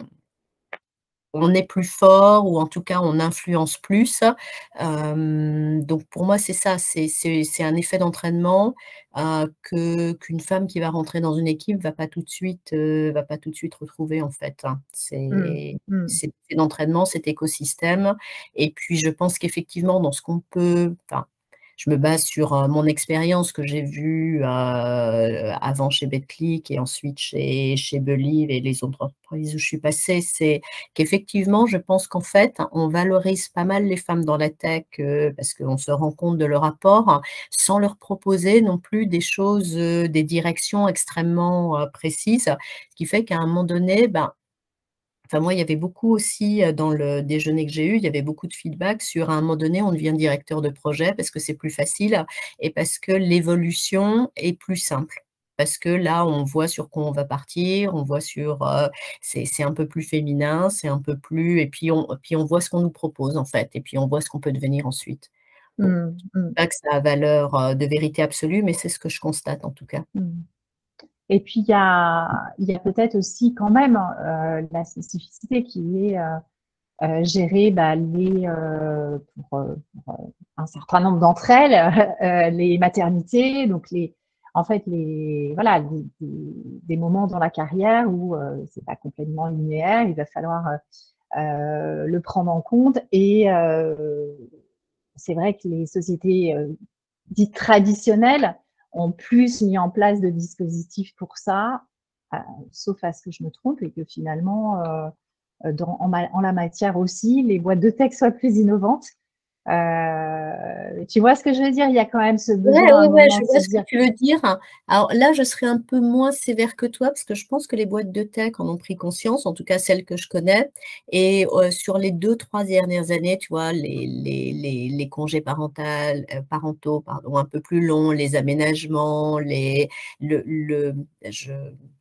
on est plus fort ou en tout cas on influence plus. Hem, donc pour moi c'est ça, c'est c'est c'est un effet d'entraînement, heu, que qu'une femme qui va rentrer dans une équipe va pas tout de suite, heu, va pas tout de suite retrouver en fait, hein. Mmh. C'est Mmh. c'est l'effet d'entraînement, cet écosystème et puis je pense qu'effectivement dans ce qu'on peut enfin, je me base sur, heu, mon expérience que j'ai vue, heu, avant chez Betclic et ensuite chez chez Believe et les autres entreprises où je suis passée. C'est qu'effectivement, je pense qu'en fait, on valorise pas mal les femmes dans la tech, heu, parce qu'on se rend compte de leur apport, sans leur proposer non plus des choses, heu, des directions extrêmement, heu, précises. Ce qui fait qu'à un moment donné, ben enfin moi, il y avait beaucoup aussi, heu, dans le déjeuner que j'ai eu, il y avait beaucoup de feedback sur à un moment donné, on devient directeur de projet parce que c'est plus facile et parce que l'évolution est plus simple. Parce que là, on voit sur quoi on va partir, on voit sur, heu, c'est c'est un peu plus féminin, c'est un peu plus et puis on puis on voit ce qu'on nous propose en fait et puis on voit ce qu'on peut devenir ensuite. Bon, Mmh. Mmh. pas que ça a valeur, heu, de vérité absolue, mais c'est ce que je constate en tout cas. Mmh. Et puis il y a il y a peut-être aussi quand même, heu, la spécificité qui est, heu heu, gérer, bah, les, heu, pour, heu, pour, heu, un certain nombre d'entre elles, heu, les maternités, donc les en fait, les voilà, des des des moments dans la carrière où, heu, c'est pas complètement linéaire. Il va falloir, heu heu, le prendre en compte et heu, c'est vrai que les sociétés, heu, dites traditionnelles ont plus mis en place de dispositifs pour ça, heu, sauf à ce que je me trompe et que finalement, heu heu, dans en ma en la matière aussi, les boîtes de tech soient plus innovantes. Heu, tu vois ce que je veux dire? Il y a quand même ce Ouais, besoin à un ouais, ouais, moment je de se vois ce que dire tu veux dire. Alors là, je serais un peu moins sévère que toi parce que je pense que les boîtes de tech en ont pris conscience, en tout cas celles que je connais et heu, sur les deux trois dernières années, tu vois, les les les les congés parental heu, parentaux, pardon, un peu plus longs, les aménagements, les le le je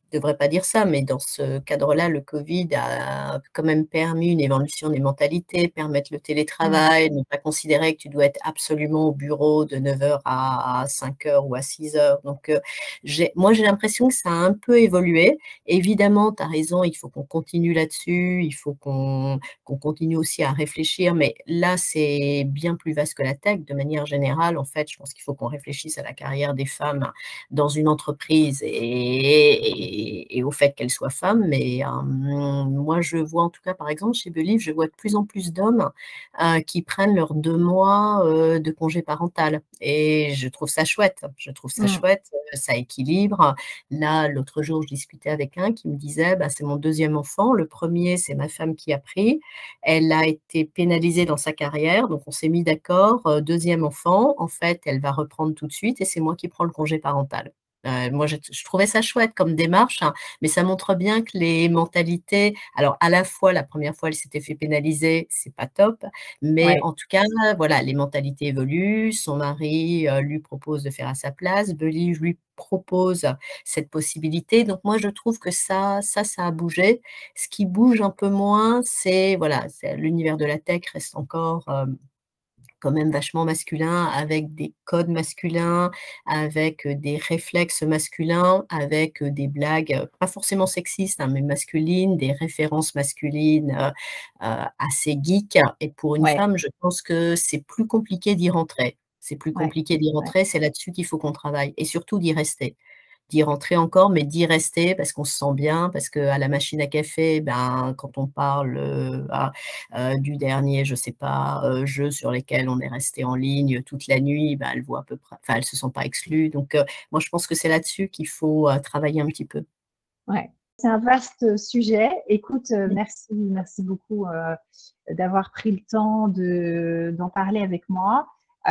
ne devrais pas dire ça, mais dans ce cadre-là, le Covid a quand même permis une évolution des mentalités, permettre le Mmh. télétravail, ne pas considérer que tu dois être absolument au bureau de neuf heures à cinq heures ou à six heures. Donc, heu, j'ai moi, j'ai l'impression que ça a un peu évolué. Évidemment, tu as raison, il faut qu'on continue là-dessus, il faut qu'on qu'on continue aussi à réfléchir, mais là, c'est bien plus vaste que la tech. De manière générale, en fait, je pense qu'il faut qu'on réfléchisse à la carrière des femmes dans une entreprise et et et au fait qu'elles soient femmes. Mais, hem, moi, je vois en tout cas, par exemple, chez Believe, je vois de plus en plus d'hommes, heu, qui prennent leurs deux mois, heu, de congé parental et je trouve ça chouette. Je trouve ça Mmh. chouette, heu, ça équilibre. Là, l'autre jour, je discutais avec un qui me disait: «Bah, c'est mon deuxième enfant. Le premier, c'est ma femme qui a pris. Elle a été pénalisée dans sa carrière, donc on s'est mis d'accord, heu, deuxième enfant, en fait, elle va reprendre tout de suite et c'est moi qui prends le congé parental». Heu, moi, je je trouvais ça chouette comme démarche, hein, mais ça montre bien que les mentalités alors à la fois, la première fois, elle s'était fait pénaliser, c'est pas top, mais Ouais. en tout cas, voilà, les mentalités évoluent. Son mari, heu, lui propose de faire à sa place. Believe lui propose cette possibilité. Donc moi, je trouve que ça ça, ça a bougé. Ce qui bouge un peu moins, c'est voilà, c'est l'univers de la tech reste encore, hem, quand même vachement masculin, avec des codes masculins, avec, heu, des réflexes masculins, avec, heu, des blagues, heu, pas forcément sexistes, hein, mais masculines, des références masculines, heu heu, assez geek et pour une Ouais. femme, je pense que c'est plus compliqué d'y rentrer. C'est plus Ouais. compliqué d'y Ouais. rentrer, c'est là-dessus qu'il faut qu'on travaille et surtout d'y rester. D'y rentrer encore, mais d'y rester parce qu'on se sent bien, parce qu'à la machine à café, ben, quand on parle, heu, ah, heu, du dernier, je sais pas, heu, jeu sur lesquels on est resté en ligne toute la nuit, bah, elle voit à peu près enfin, elle se sent pas exclue. Donc, heu, moi, je pense que c'est là-dessus qu'il faut, heu, travailler un petit peu. Ouais. C'est un vaste sujet. Écoute, heu, Mmh. merci merci beaucoup, heu, d'avoir pris le temps de d'en parler avec moi.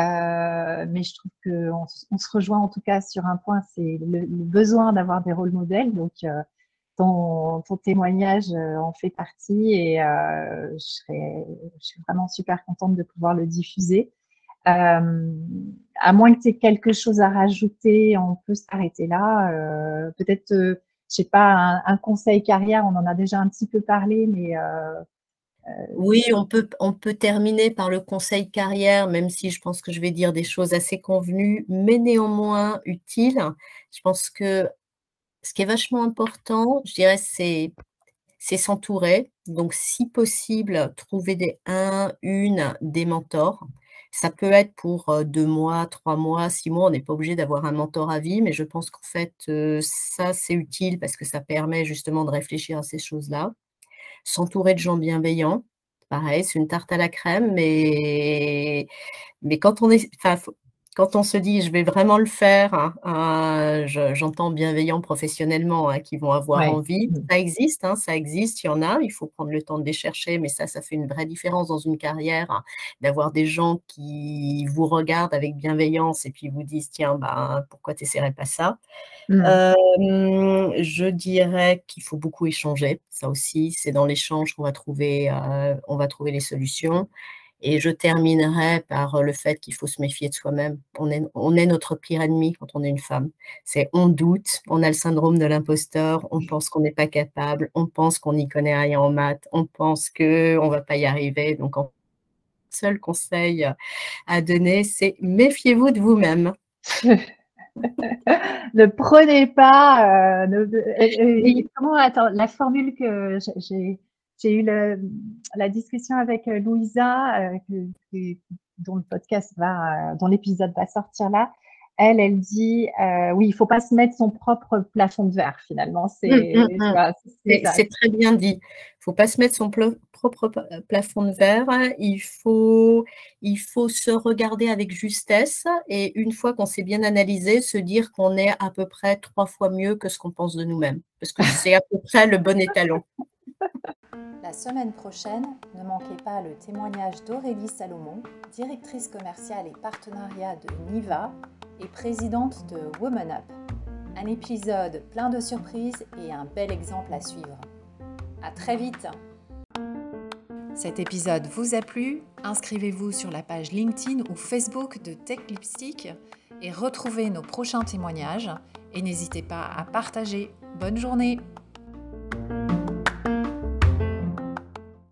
Heu, mais je trouve qu'on s on se rejoint en tout cas sur un point, c'est le le besoin d'avoir des rôles modèles. Donc, heu, ton ton témoignage, heu, en fait partie et heu, je serais je suis vraiment super contente de pouvoir le diffuser. Hem, à moins que tu aies quelque chose à rajouter, on peut s'arrêter là. Heu, peut-être, heu, je sais pas, un un conseil carrière, on en a déjà un petit peu parlé, mais heu, Oui, on peut on peut terminer par le conseil carrière, même si je pense que je vais dire des choses assez convenues, mais néanmoins utiles. Je pense que ce qui est vachement important, je dirais, c'est c'est s'entourer. Donc si possible, trouver des un, une, des mentors. Ça peut être pour, heu, deux mois, trois mois, six mois, on n'est pas obligé d'avoir un mentor à vie, mais je pense qu'en fait, heu, ça, c'est utile parce que ça permet justement de réfléchir à ces choses-là. S'entourer de gens bienveillants, pareil, c'est une tarte à la crème, mais mais quand on est enfin, faut quand on se dit: «Je vais vraiment le faire», hein, heu, je j'entends bienveillant professionnellement, hein, qui vont avoir ouais. envie. Mmh. Ça existe, hein, ça existe, il y en a, il faut prendre le temps de les chercher, mais ça, ça fait une vraie différence dans une carrière, hein, d'avoir des gens qui vous regardent avec bienveillance et puis vous disent: «Tiens, ben, pourquoi tu essaierais pas ça?» Mmh. Hem, je dirais qu'il faut beaucoup échanger. Ça aussi, c'est dans l'échange qu'on va trouver, heu, on va trouver les solutions et je terminerai par, le fait qu'il faut se méfier de soi-même. On est on est notre pire ennemi quand on est une femme. C'est on doute, on a le syndrome de l'imposteur, on pense qu'on n'est pas capable, on pense qu'on n'y connaît rien en maths, on pense qu'on va pas y arriver. Donc en seul conseil, à donner, c'est méfiez-vous de vous-même. Ne prenez pas, heu, ne de et Oui. et comment attends, la formule que j'ai j'ai j'ai eu le la discussion avec, heu, Louisa, heu, que que dont le podcast va, dont l'épisode va sortir là. Elle, elle dit, heu, oui, il faut pas se mettre son propre plafond de verre finalement. Mmh, C'est mmh, tu mmh. vois? C'est C'est ça. c'est très bien dit. Il faut pas se mettre son plo propre pa plafond de verre. Il faut il faut se regarder avec justesse et une fois qu'on s'est bien analysé, se dire qu'on est à peu près trois fois mieux que ce qu'on pense de nous-mêmes. Parce que c'est à peu près le bon étalon. La semaine prochaine, ne manquez pas le témoignage d'Aurélie Salomon, directrice commerciale et partenariat de Niva et présidente de Woman Up. Un épisode plein de surprises et un bel exemple à suivre. À très vite! Cet épisode vous a plu? Inscrivez-vous sur la page LinkedIn ou Facebook de Tech Lipstick et retrouvez nos prochains témoignages. Et n'hésitez pas à partager. Bonne journée!